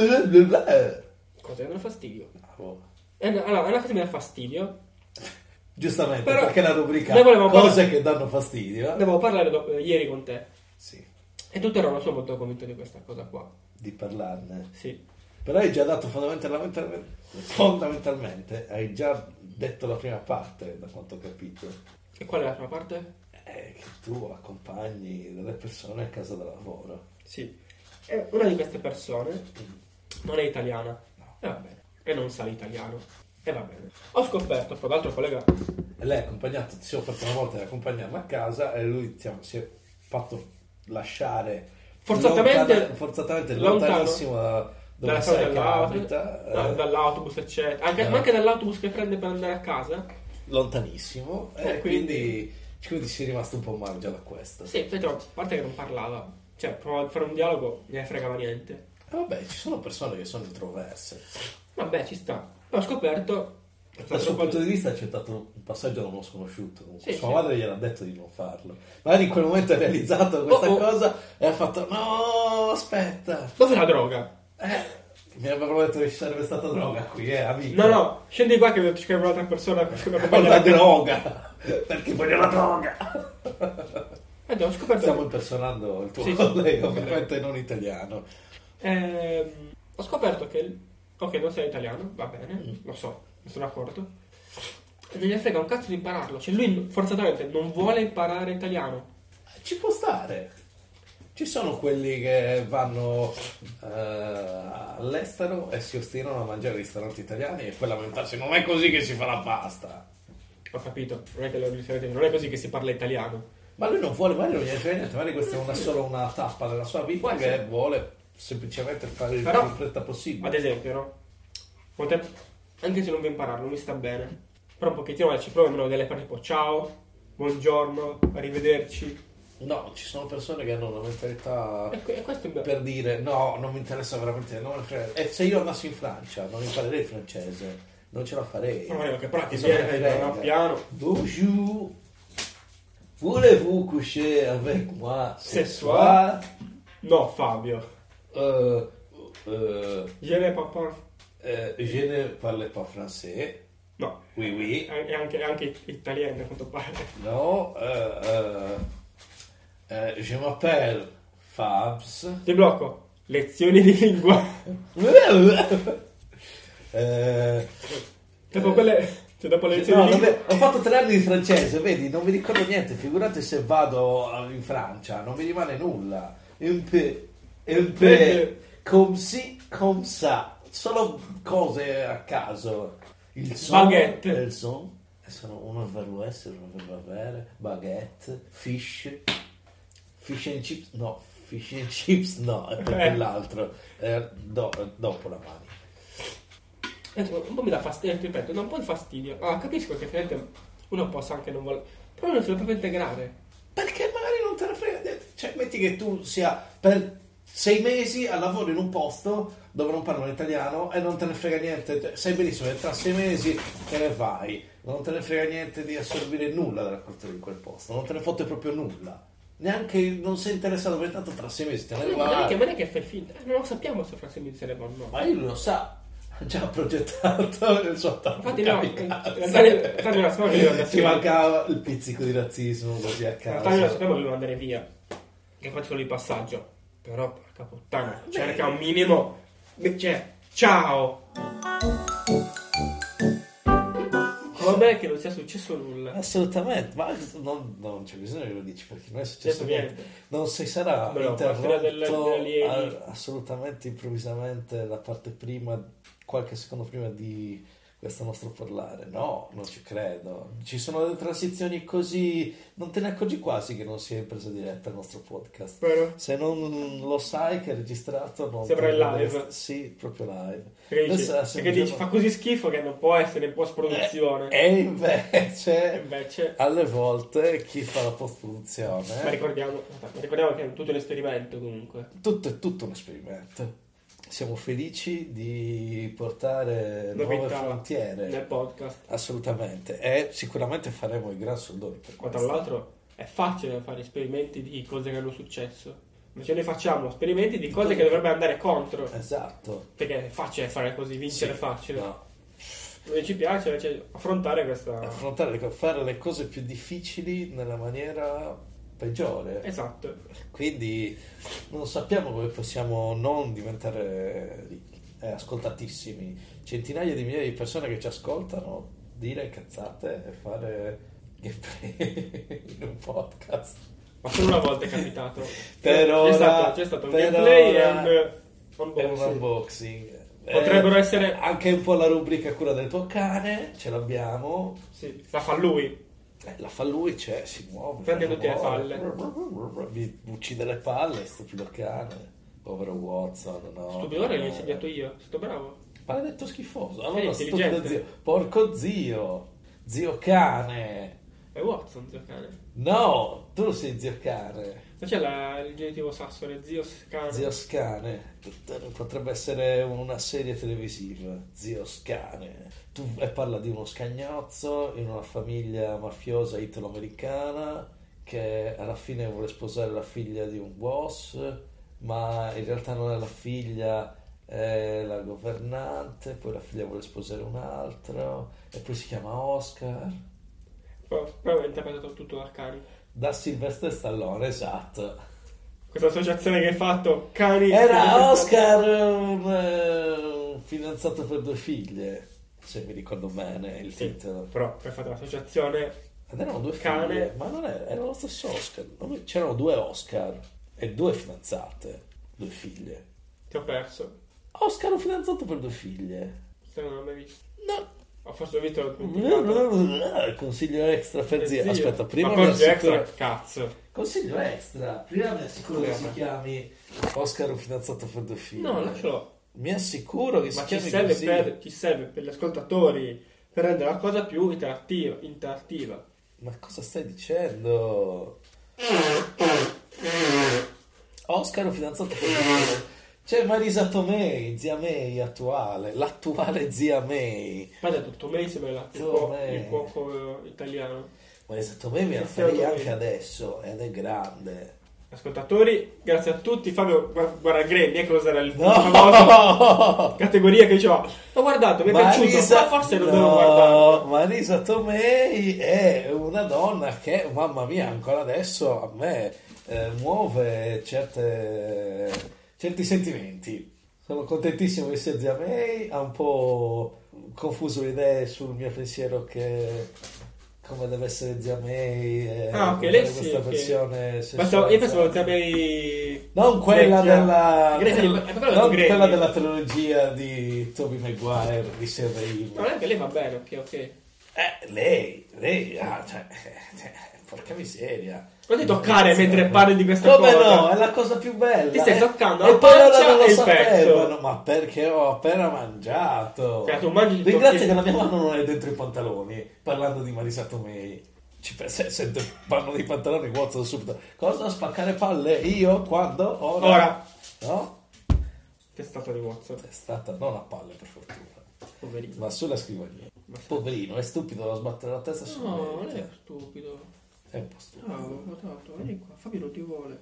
Cose che danno fastidio. Bravo. È una, allora, è una cosa che mi dà fastidio. Giustamente, Però perché la rubrica ne volevamo cose parlare- che danno fastidio. Ne avevo parlare dopo- eh, ieri con te. Sì, E tu ero non sono molto convinto di questa cosa qua. di parlarne. Sì. Però hai già dato fondamentalmente, fondamentalmente, hai già detto la prima parte, da quanto ho capito. E qual è la prima parte? È che tu accompagni delle persone a casa da lavoro. Sì. E una di queste persone non è italiana. E va bene. E non sa l'italiano. E va bene. Ho scoperto, tra l'altro, collega, E lei è accompagnato, ti si è offerto una volta di accompagnarla a casa e lui diciamo, si è fatto lasciare Forzatamente- lontana- forzatamente lontano lontanissimo da dove dalla sai strada che dell'autobus, abita, da- eh, dall'autobus, eccetera. Anche, no. ma anche dall'autobus che prende per andare a casa. lontanissimo Eh, e quindi- quindi, quindi si è rimasto un po' male già da questo. Sì, poi, a parte che non parlava. Cioè, provava a fare un dialogo, non ne fregava niente. E vabbè, ci sono persone che sono introverse. Vabbè, ci sta. Ho scoperto... Dal suo punto di vista ha accettato un passaggio da uno sconosciuto. Sì, Sua sì. madre gliel'ha detto di non farlo. Magari in quel momento ha realizzato questa Oh, oh. cosa e ha fatto no, aspetta. Dov'è la droga? Eh, mi aveva detto che ci sarebbe stata droga qui, eh, amico. No, no, scendi qua che c'è un'altra persona che mi Con accompagna la a casa. droga. Perché voglio la droga. Eh, ho scoperto... Stiamo impersonando il tuo Sì, sì. collega, ovviamente non italiano. Ehm, ho scoperto che... il- Ok, non sei italiano, va bene, Mm. lo so, mi sono accorto. E non gli frega un cazzo di impararlo. Cioè lui forzatamente non vuole imparare italiano. Ci può stare. Ci sono quelli che vanno eh, all'estero e si ostinano a mangiare ai ristoranti italiani e poi lamentarsi non è così che si fa la pasta. Ho capito, non è che lo non è così che si parla italiano. Ma lui non vuole, magari non gliene frega niente, magari questa è una, solo una tappa della sua vita Può che essere. vuole semplicemente fare il Però- più in fretta possibile. Ad esempio, no? Con te- anche se non vuoi impararlo, mi sta bene. Però un pochettino ci provo almeno delle parole tipo ciao, buongiorno, arrivederci. No, ci sono persone che hanno una mentalità E, que- e questo è bello. per dire no, non mi interessa veramente, non me ne frega. E se io andassi in Francia non imparerei il francese, non ce la farei. No, ma che però ti Cosa me ne viene frega? da piano. Bonjour, voulez-vous coucher avec moi ce Ce soir? No, Fabio. Euh, euh, Je ne pas par- euh, je ne parle pas français. No, Oui, oui. e anche, anche italiano a quanto pare. No, euh, euh, euh, je m'appelle Fabs. Ti blocco. Lezioni di lingua. Eh, Dopo quelle... Cioè dopo le lezioni no, di non lingua... ve- ho fatto tre anni di francese, vedi, non mi ricordo niente. Figurate se vado in Francia, non mi rimane nulla. Un peu, un peu, comme si, comme ça. Solo cose a caso. Il son, Baguette. il son. E sono uno verbo essere, uno verbo avere. Baguette, fish, fish and chips, no, fish and chips no, è per Eh. quell'altro. Eh, do- dopo la mani. Eh, un po' mi dà fastidio, ti ripeto, dà un po' di fastidio. Ah, capisco che effettivamente uno possa anche non voler... Però non si deve proprio integrare. Perché magari non te ne frega niente. Cioè, metti che tu sia per sei mesi al lavoro in un posto dove non parlano italiano e non te ne frega niente. Cioè, sai benissimo che tra sei mesi te ne vai. Non te ne frega niente di assorbire nulla dalla cultura di quel posto. Non te ne fotte proprio nulla. Neanche non sei interessato per tanto tra sei mesi te ne Ma non è che, vai. non è che fai finta. Eh, non lo sappiamo se fra sei mesi se ne va o no. Ma lui lo sa. Ha già progettato il suo attacco. Infatti no, kamikaze. in realtà non la sappiamo che deve Ci mancava il pizzico di razzismo così a In realtà noi lo caso. sappiamo che deve andare via. Che faccio solo di passaggio. Però, porca puttana, Beh. cerca un minimo... Cioè, ciao! Vabbè che non sia successo nulla. Assolutamente, ma non, non c'è bisogno che lo dici perché non è successo Certo, niente. niente. Non si sarà Beh, no, interrotto quella del- degli alieni. a- assolutamente improvvisamente la parte prima, qualche secondo prima di questo nostro parlare. No, non ci credo. Ci sono delle transizioni così, non te ne accorgi quasi che non sia in presa diretta il nostro podcast. Vero? Se non lo sai che è registrato, non Sembra te in ne live. dovresti- Sì, proprio live. Perché dici, Adesso, se perché mi dici, chiamo- fa così schifo che non può essere in post-produzione. E invece... E invece... Alle volte chi fa la post-produzione, Ma ricordiamo, ricordiamo che è tutto un esperimento comunque. tutto è tutto un esperimento. siamo felici di portare nuove Novità frontiere nel podcast. assolutamente, e sicuramente faremo i gran soldoni per Ma tra questo. l'altro è facile fare esperimenti di cose che hanno successo. Invece noi facciamo esperimenti di cose che dovrebbero andare contro. Esatto. Perché è facile fare così, vincere Sì, facile. no. Noi ci piace invece affrontare questa... Affrontare, le co- fare le cose più difficili nella maniera peggiore. Esatto. Quindi non sappiamo come possiamo non diventare eh, ascoltatissimi. Centinaia di migliaia di persone che ci ascoltano dire cazzate e fare gameplay in un podcast. Ma solo una volta è capitato. Per c'è, ora- stato, c'è stato un per gameplay ora e un È un unboxing. unboxing. Potrebbero Eh, essere... anche un po' la rubrica cura del tuo cane, ce l'abbiamo. Sì, la fa lui. Eh, la fa lui, c'è, si muove. Prende fa tutte le rumore. palle. Mi uccide le palle, stupido cane. Povero Watson, no. Stupido, ora l'ho insegnato io. Sei stato bravo. Maledetto schifoso. Sì, Allora, stupido intelligente. zio. Porco zio. Zio cane. È Watson, zio cane. No, tu sei zio cane. Ma c'è la, il genitivo sassone, zio cane. Zio Scane. Potrebbe essere una serie televisiva. Zio Scane. Tu, e parla di uno scagnozzo in una famiglia mafiosa italo-americana che alla fine vuole sposare la figlia di un boss, ma in realtà non è la figlia, è la governante. Poi la figlia vuole sposare un altro e poi si chiama Oscar. Però, però è interpretato tutto da cani. Da Sylvester Stallone, esatto. Questa associazione che hai fatto, cani... Era Oscar, un, eh, un fidanzato per due figlie, se mi ricordo bene il Sì, titolo. però hai fatto l'associazione... Ed erano due Cane. figlie, ma non era, era lo stesso Oscar. Non- C'erano due Oscar e due fidanzate, due figlie. Ti ho perso. Oscar un fidanzato per due figlie. Se non l'ho mai visto. No. O forse l'ho visto... l'ho dimenticato. Consiglio extra per Eh, zio. zio. Aspetta, prima Ma mi forse assicuro... extra, cazzo. Consiglio extra. Prima mi assicuro che si Cosa? chiami Oscar un fidanzato per due figlie. No, lascialo. Mi assicuro che Ma si ci chiami serve, così. per, ci serve per gli ascoltatori, per rendere la cosa più interattiva. interattiva. Ma cosa stai dicendo? Oscar un fidanzato per due figlie. C'è Marisa Tomei, zia May attuale, l'attuale zia May. Ma ha detto Tomei sembra la- il, Tomei. cuoco, il cuoco italiano. Marisa Tomei me la Cristiano farei Tomei. anche adesso ed è grande. Ascoltatori, grazie a tutti. Fabio Guar- Guaragrendi, ecco cos'era il No! famoso categoria che diceva l'ho guardato, mi è piaciuto, ma forse non devo guardare. no, Marisa Tomei è una donna che, mamma mia, ancora adesso a me eh, muove certe, certi sentimenti. Sono contentissimo che sia zia May, ha un po' confuso le idee sul mio pensiero che come deve essere zia May e Ah, ok, fare lei sì, questa ok. versione Ma sessuale. stavo- io pensavo che avevi... Non quella vecchia- della Grey- non è proprio la non Grey. quella della trilogia di Tobey Maguire di Sam Raimi. Ma anche lei va bene, ok, ok. Eh, lei, lei, ah, cioè, eh, porca miseria. Non ti toccare mentre parli di questa Come cosa. no? È la cosa più bella. Ti stai Eh, toccando e la poi ora pancia non lo e il sapevano, petto. ma perché ho appena mangiato. Cioè, tu mangi- Ringrazio tocchi- che la mia mano non è dentro i pantaloni, parlando di Marisa Tomei. Ci pensa, sente il panno dei pantaloni, Watson subito. Cosa? Spaccare palle? Io? Quando? Ora? Ora. No? Che è stato di Watson, È stata non a palle, per fortuna, poverino. ma sulla scrivania. Ma- Poverino, è stupido da sbattere la testa su No, non è stupido. È un po' stupido. No, ho votato, vieni qua, Fabio non ti vuole.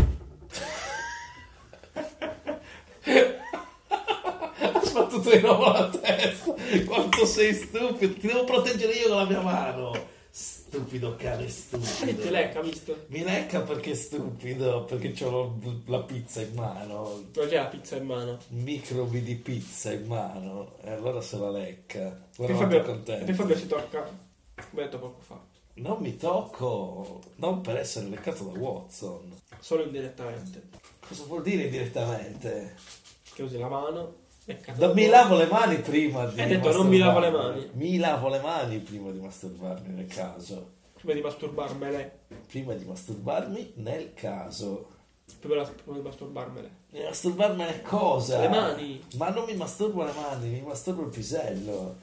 Ha sbattuto di nuovo la testa. Quanto sei stupido. Ti devo proteggere io con la mia mano. Stupido cane, E stupido. ti lecca, visto? Mi lecca perché è stupido. Perché ho la pizza in mano. Non c'è la pizza in mano. Microbi di pizza in mano. E allora se la lecca. E Guarda poi quanto è Fabio, e contento. poi Fabio si tocca, come ho detto poco fa, Non mi tocco. Non per essere leccato da Watson. solo indirettamente. Cosa vuol dire indirettamente? Che usi la mano e cazzo. Non mi lavo le mani prima di Hai detto, non mi lavo le masturbarmi. mani. Mi lavo le mani prima di masturbarmi nel caso. Prima di masturbarmele. Prima di masturbarmi nel caso. Prima, la- prima di masturbarmele. Di masturbarmi cosa? Le mani. Ma non mi masturbo le mani, mi masturbo il pisello.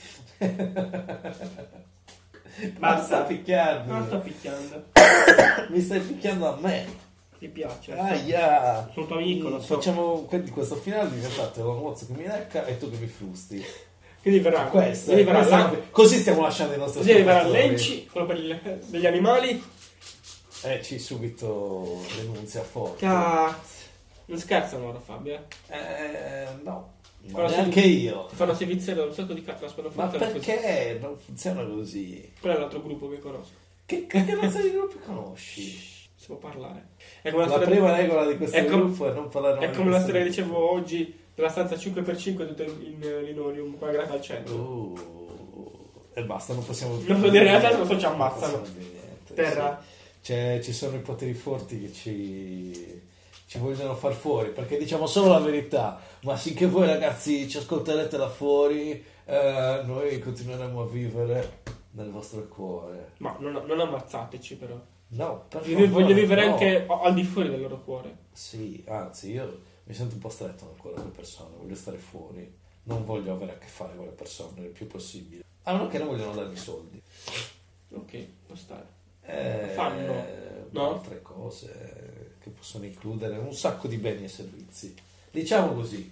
Basta picchiarmi. Non sto picchiando. Mi mi stai picchiando a me. Ti piace? Aia. Sono tuo amico, lo so. Facciamo quindi questo finale diventato un Watson che mi lecca e tu che mi frusti. Quindi verrà Questo, quindi verrà questo- la- così stiamo lasciando i nostri così verrà ascoltatori. Lenci, quello per il- degli animali. E ci subito denunzia forte. Cazzo. Non scherzano ora, Fabio. eh. Eh, no, ma Però neanche se- io. Ti fanno servizio un sacco di carta la spalla Ma frutta. così. perché non funziona così? Quello è l'altro gruppo che conosco. Che cazzo di gruppi conosci? Si può parlare. È come la, La storia prima regola di questo è com- gruppo è non parlare È mai come di la questo storia che gruppo. dicevo oggi della stanza cinque per cinque tutta in in linoleum, quella grata al centro. Uh, e basta, non possiamo Non so dire altro, se no ci ammazzano. Non possiamo dire niente, Terra. sì. C'è- ci sono i poteri forti che ci, ci vogliono far fuori, perché diciamo solo la verità, ma finché voi ragazzi ci ascolterete là fuori, eh, noi continueremo a vivere nel vostro cuore. Ma non, non ammazzateci però. No, per Io vi- favore, voglio vivere no. anche a- al di fuori del loro cuore. Sì, anzi, io mi sento un po' stretto nel cuore delle persone, voglio stare fuori, non voglio avere a che fare con le persone il più possibile, a meno che non vogliono darmi soldi. Ok, può stare. Eh, Fanno, eh, no? altre cose che possono includere un sacco di beni e servizi. Diciamo così,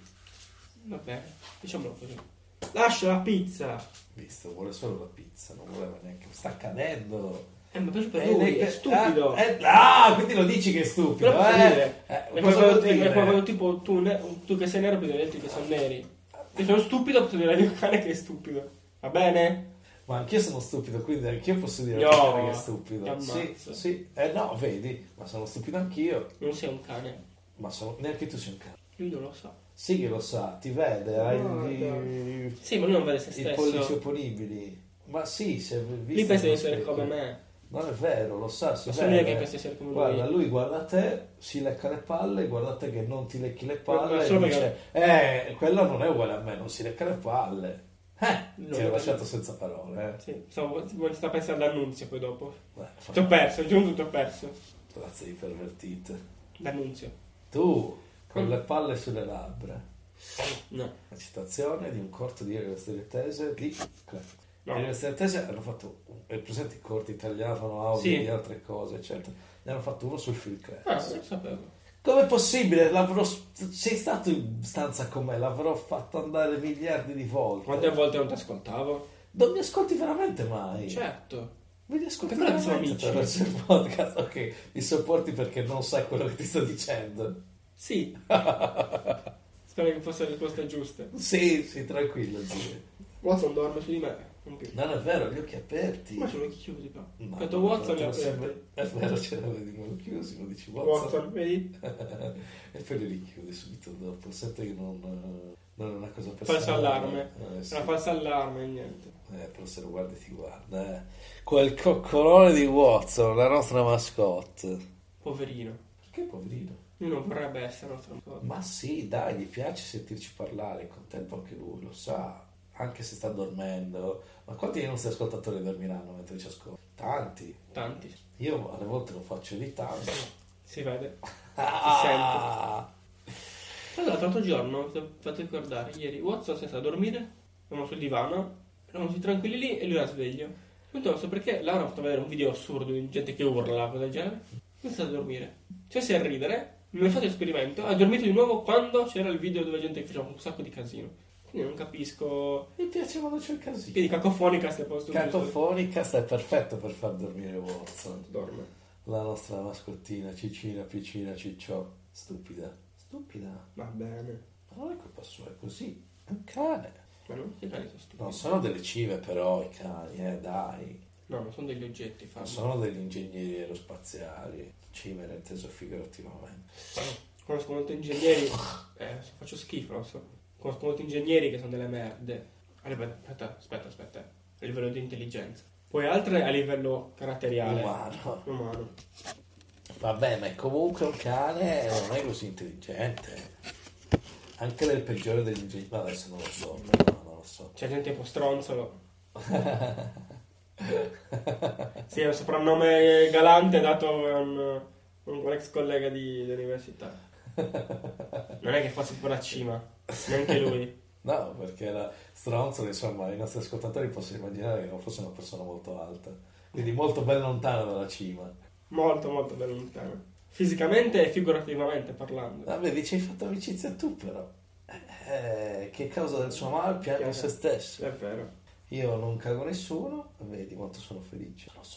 Va bene, diciamolo così. Lascia la pizza. visto, vuole solo la pizza, non voleva neanche, sta cadendo. Eh, ma per Eh, lui, ne- è stupido. Ah, eh, ah, quindi lo dici che è stupido, Però posso eh? dire, Eh, è cosa come vuol quando, dire? è come quando tipo tu, ne- tu che sei nero per gli altri che sono neri. Se sono stupido posso dire al mio cane che è stupido. Va bene? Ma anch'io sono stupido, quindi anch'io posso dire No, al cane che è ti stupido. ammazzo. Sì, sì. Eh no, vedi, ma sono stupido anch'io. Non sei un cane. Ma sono... neanche tu sei un cane. Lui non lo sa. Sì che lo sa, ti vede, hai Guarda. i, Sì, ma lui non vede se i pollici stesso. opponibili. Ma sì, se visto Lui pensa di nello essere specchio. come me. Non è vero, lo sa, si Ma sono vede. io che penso di essere come Guarda, lui. lui guarda te, si lecca le palle, guarda te che non ti lecchi le palle Ma e solo dice, eh, quello non è uguale a me, non si lecca le palle. Eh, No, ti ho no, lasciato no. senza parole, eh. Sì, stavo, sta pensando all'annunzio poi dopo. Beh, fa- Ti ho perso, giunto ti ho perso. razza di pervertite. L'annunzio. Tu, con Mm. le palle sulle labbra. No. La citazione di un corto di Storie Tese di No. Le Storie Tese hanno fatto, è presente i corti italiano, audio Sì. di altre cose, eccetera. Ne hanno fatto uno sul film Ah, Crash. non lo sapevo. Com'è possibile? L'avrò, sei stato in stanza con me, l'avrò fatto andare miliardi di volte. Quante volte non ti ascoltavo? Non mi ascolti veramente mai. Certo. Mi ascolti Perché non siamo veramente amici? attraverso il podcast. Ok, mi sopporti perché non sai quello che ti sto dicendo. Sì. Spero che fosse la risposta giusta. Sì, sì, tranquillo, zio. Watson dorme su di me. Non più. Non è vero, gli occhi aperti. Ma sono occhi chiusi qua. No, Ho detto no, Watson te li lo ha sembra- aperti. È vero, ce l'avevi con chiusi, lo dici Watson. Watson, vedi? E poi li richiudi subito dopo. Sento che non, non è una cosa personale. Falso allarme. Eh, sì. Una falsa allarme, niente. Eh, però se lo guardi ti guarda. Eh. Quel coccolone di Watson, la nostra mascotte. Poverino. Perché poverino? Lui non vorrebbe essere nostro amico. Ma sì, dai, gli piace sentirci parlare, è contento anche lui, lo sa. Anche se sta dormendo. Ma quanti dei nostri ascoltatori dormiranno mentre ci ascoltano? Tanti. Tanti. Io alle volte lo faccio evitando. Si vede. Ah! Tra l'altro, l'altro giorno, ti ho fatto ricordare, ieri Watson si è stato a dormire, eravamo sul divano, eravamo tutti tranquilli lì e lui era sveglio. Appunto non so perché Laura ha fatto vedere un video assurdo di gente che urla, cosa del genere. Lui è stato a dormire. Cioè si è a ridere, non ha fatto l'esperimento, ha dormito di nuovo quando c'era il video dove gente che faceva un sacco di casino. Quindi non capisco. Mi piace quando c'è il casino. Quindi cacofonica stai a posto giusto. Cacofonica sta è perfetto per far dormire Watson. Dorme. La nostra mascottina, Cicina, Piccina, Cicciò. Stupida. Stupida. Va bene. Ma non è colpa sua, è così. È un cane. Ma non i cani sono stupidi. Non sono delle cive però i cani, eh, dai. No, non sono degli oggetti, Non Fabio. sono degli ingegneri aerospaziali. Cive era inteso figurativamente. Conosco molti ingegneri. Eh, faccio schifo, lo so. Conosco molti ingegneri che sono delle merde. A livello, aspetta, aspetta, aspetta. A livello di intelligenza. Poi altre a livello caratteriale. Umano. Umano. Vabbè, ma è comunque un cane non è così intelligente. Anche nel peggiore degli ingegneri. Ma adesso non lo so, no, non lo so. C'è gente un po' stronzolo. Sì, è un soprannome galante dato a un, un ex collega di, di università. Non è che fosse un po' la cima, neanche lui. No, perché era stronzo, insomma, i nostri ascoltatori possono immaginare che non fosse una persona molto alta. Quindi molto ben lontana dalla cima. Molto, molto ben lontana. Fisicamente e figurativamente parlando. Vabbè, vi ci hai fatto amicizia tu però. Eh, che causa del suo male piange se stesso. È vero. Io non cago nessuno, vedi quanto sono felice. Lo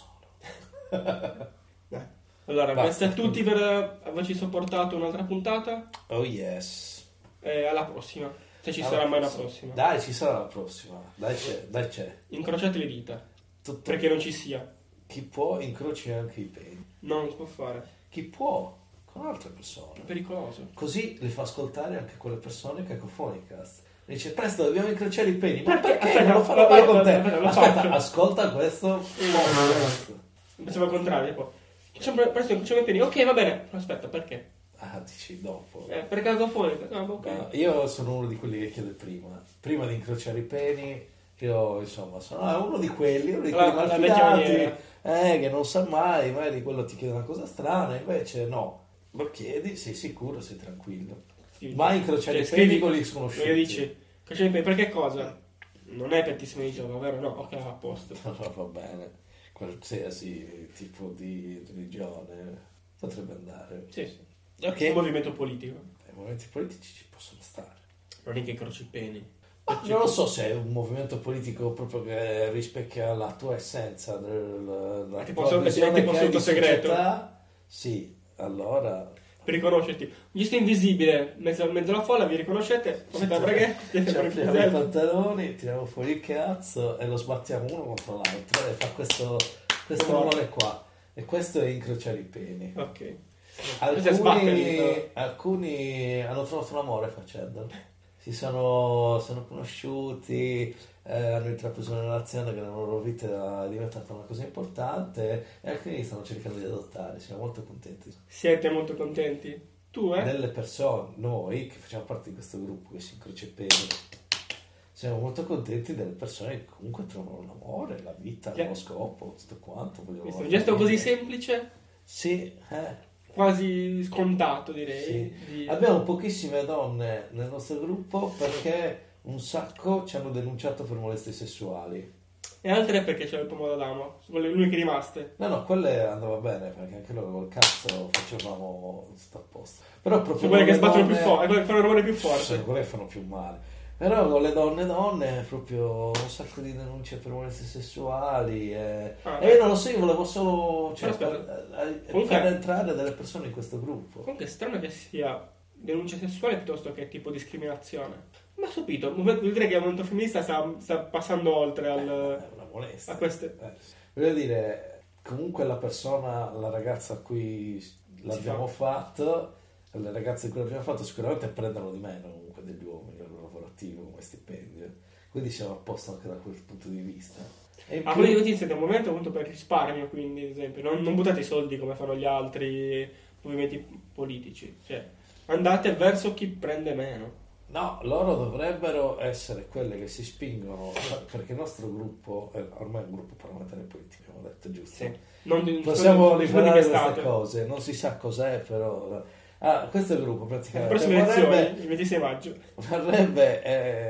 sono. Dai. Allora, Basta. grazie a tutti per averci sopportato un'altra puntata. Oh yes. E alla prossima. Se ci Alla sarà mai la prossima. prossima. Dai, ci sarà la prossima. Dai c'è, dai c'è. Incrociate le dita. Tutto. Perché non ci sia. Chi può incroci anche i peni. No, non si può fare. Chi può con altre persone. È pericoloso. Così li fa ascoltare anche quelle persone cacofonicast. Dice presto dobbiamo incrociare i peni. Ma Perché? perché? Aspetta, Non lo farò mai con te. aspetta, lo Aspetta, faccio. ascolta questo podcast. Pensavo al contrario, tipo. Facciamo presto incrociamo i peni. Ok, va bene. Aspetta, perché? Ah, dici dopo. Eh, per cacofonica. No, ok. No, io sono uno di quelli che chiede prima. Prima di incrociare i peni, io insomma sono uno di quelli, uno di quelli La- la vecchia malfidati, maniera. eh, che non sa mai, magari quello ti chiede una cosa strana, invece no. Lo chiedi, sei sicuro, sei tranquillo. Sì. Mai incrociare Cioè, i peni scrivi- con gli sconosciuti. Io dici, incrociare i peni, per che cosa? Non è per tissimo di gioco, vero? No, ok, a posto. No, no, va bene, qualsiasi tipo di religione potrebbe andare. Sì, sì. Ok, Un movimento politico. i movimenti politici ci possono stare. Non è che incroci i peni. Ma non lo so se è un movimento politico proprio che rispecchia la tua essenza, del- la Tipo tua sotto- visione è tipo che hai di sotto segreto. società. Sì, allora Per riconoscerti. Visto invisibile, mezzo, mezzo alla folla, vi riconoscete? Come te perché? ci apriamo i pantaloni, tiriamo fuori il cazzo e lo sbattiamo uno contro l'altro e fa questo, questo Wow. rumore qua. E questo è incrociare i peni. Ok. Alcuni, sbatterli, alcuni hanno trovato l'amore facendolo. Si sono, sono conosciuti, eh, hanno intrapreso una relazione che nella loro vita è diventata una cosa importante e alcuni stanno cercando di adottare. Siamo molto contenti. Siete molto contenti? Tu, eh? Delle persone, noi che facciamo parte di questo gruppo che si incrocia i peni, siamo molto contenti delle persone che comunque trovano l'amore, la vita, Sì. lo scopo, tutto quanto. vogliono Questo è un la gesto così famiglia. semplice, Sì, eh. quasi scontato, direi. Sì. Di- Abbiamo pochissime donne nel nostro gruppo perché un sacco ci hanno denunciato per molestie sessuali. E altre perché c'è il pomodoro d'amo. Sono le uniche rimaste. No, no, quelle andava bene perché anche loro col cazzo facevamo sta a posto. Però proprio Sono quelle che con le sbattono più donne- forte, quelle che fanno il rumore più Sì, forte. quelle che fanno più male. Però con le donne donne proprio un sacco di denunce per molestie sessuali e, Ah, e io non lo so, io volevo solo cioè, Però far, aspetta. eh, Comunque- far entrare delle persone in questo gruppo. Comunque è strano che sia denuncia sessuale piuttosto che tipo discriminazione. Mi ha stupito. Vuol dire che il movimento femminista sta, sta passando oltre È al, una molestia. a queste... Eh, voglio dire, comunque la persona, la ragazza a cui l'abbiamo fatto, le ragazze a cui l'abbiamo fatto sicuramente prendono di meno comunque degli uomini al lavorativo come stipendio, quindi siamo a posto anche da quel punto di vista. E in Ah, più- quello di siete un momento appunto per risparmio, quindi ad esempio non, non buttate i soldi come fanno gli altri movimenti politici, cioè andate verso chi prende meno. No, loro dovrebbero essere quelle che si spingono, perché il nostro gruppo è ormai un gruppo parlamentare politico, abbiamo detto giusto? Sì. Non di- Possiamo non di- riferire non di queste che state. cose, non si sa cos'è però... Ah, questo è il gruppo Le praticamente. prossime Vorrebbe- elezioni, il ventisei maggio. Vorrebbe,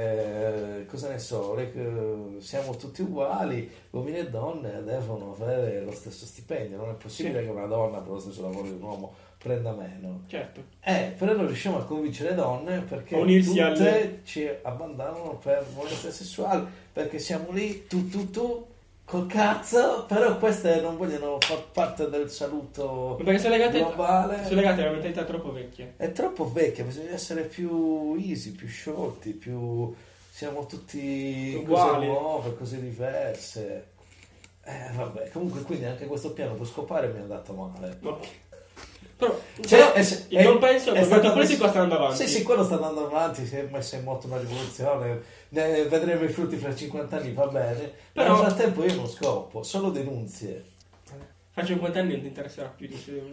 eh, cosa ne so, le- eh, siamo tutti uguali, uomini e donne devono avere lo stesso stipendio, non è possibile Sì. che una donna per lo stesso lavoro di un uomo prenda meno. Certo. Eh, però non riusciamo a convincere le donne perché A unirsi tutte alle- ci abbandonano per molestie sessuali, perché siamo lì, tu tu tu, col cazzo, però queste non vogliono far parte del saluto Ma perché sono legate, globale. sono legate alla mentalità troppo vecchia. È troppo vecchia, bisogna essere più easy, più sciolti, più... siamo tutti Uguali. cose nuove, cose diverse. Eh, vabbè, comunque quindi anche questo piano per scopare mi è andato male. Ok. Però, Cioè, però è- il è- compenso è il stato movimento politico messo- sta andando avanti. Sì, sì, quello sta andando avanti, si è messo in moto una rivoluzione, ne vedremo i frutti fra cinquanta anni, va bene. Però- Ma nel frattempo io non scopo, solo denunzie. Fra cinquanta anni non ti interesserà più di queste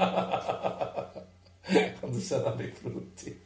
Quando saranno i frutti.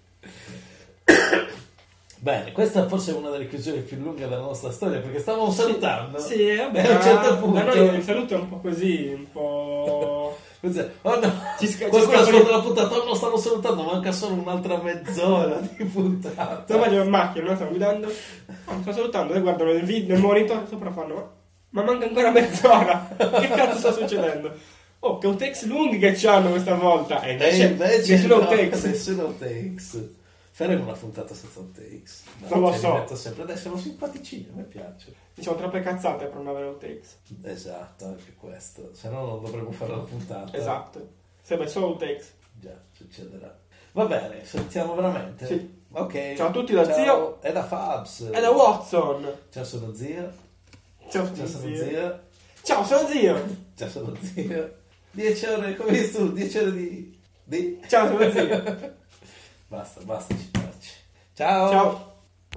Bene, questa forse è una delle chiusure più lunghe della nostra storia perché stavamo salutando. Sì, eh, vabbè. E a un certo ma- punto- ma noi il saluto è un po' così, un po'... Cos'è? Oh no, Ci sca- ci qualcuno scappa ascolta la puntata, oh no, stavo salutando, manca solo un'altra mezz'ora di puntata. Insomma, io in macchina, non stavo guidando, oh, sto salutando, e guardano nel video, nel monitor, sopra fanno, ma, ma manca ancora mezz'ora, che cazzo sta succedendo? Oh, che outtakes lunghi che c'hanno questa volta. E invece, E invece nessuno no, outtakes. nessuno outtakes. Faremo una puntata senza outtakes. No, Non lo ce li so. metto sempre. Adesso sono simpaticini, a me piace. Diciamo troppe cazzate per non avere outtakes. Esatto, anche questo. Se no non dovremmo fare la puntata. Esatto. Sembra solo outtakes. Già, succederà. Va bene, sentiamo veramente. Sì. Ok. Ciao a tutti da Ciao. zio. E da Fabs. E da Watson. Ciao, sono zio. Ciao, Ciao, sono sono zio. zio. Ciao, sono zio. Ciao, sono zio. Dieci ore, come dici tu? Dieci ore di... di... Ciao, sono zio. Basta, basta citarci. Ciao. Ciao.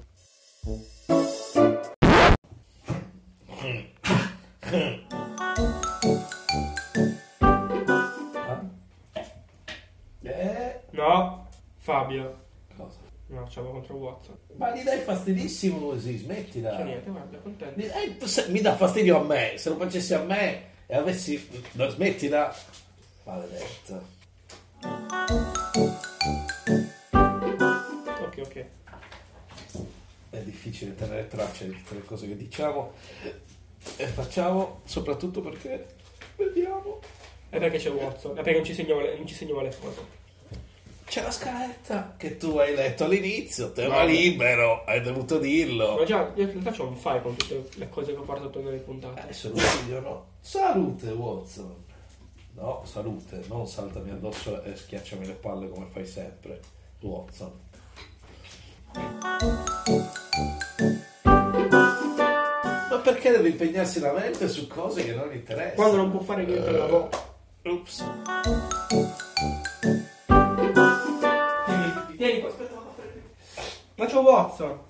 Eh? No, Fabio. Cosa? No, c'avevo contro Watson. Ma gli dai fastidissimo così, C'è smettila. niente, guarda, contento. Mi, eh, se- mi dà fastidio a me, se lo facessi a me e avessi... No, smettila. Maledetta. Ok, ok. È difficile tenere traccia di tutte le cose che diciamo e facciamo, soprattutto perché vediamo. E perché c'è Watson? E perché non ci segniamo le, non ci segniamo le foto? C'è la scaletta che tu hai letto all'inizio, tema Vabbè. libero, hai dovuto dirlo. Ma già, io in realtà c'ho un file con tutte le cose che ho portato nelle puntate. Adesso lo vogliono. Salute Watson. No, salute, non saltami addosso e schiacciami le palle come fai sempre, Watson. Ma perché deve impegnarsi la mente su cose che non gli interessano? Quando non può fare niente al lavoro. Ups. Tieni, tieni, aspetta, vado a fare. Ma c'ho Watson.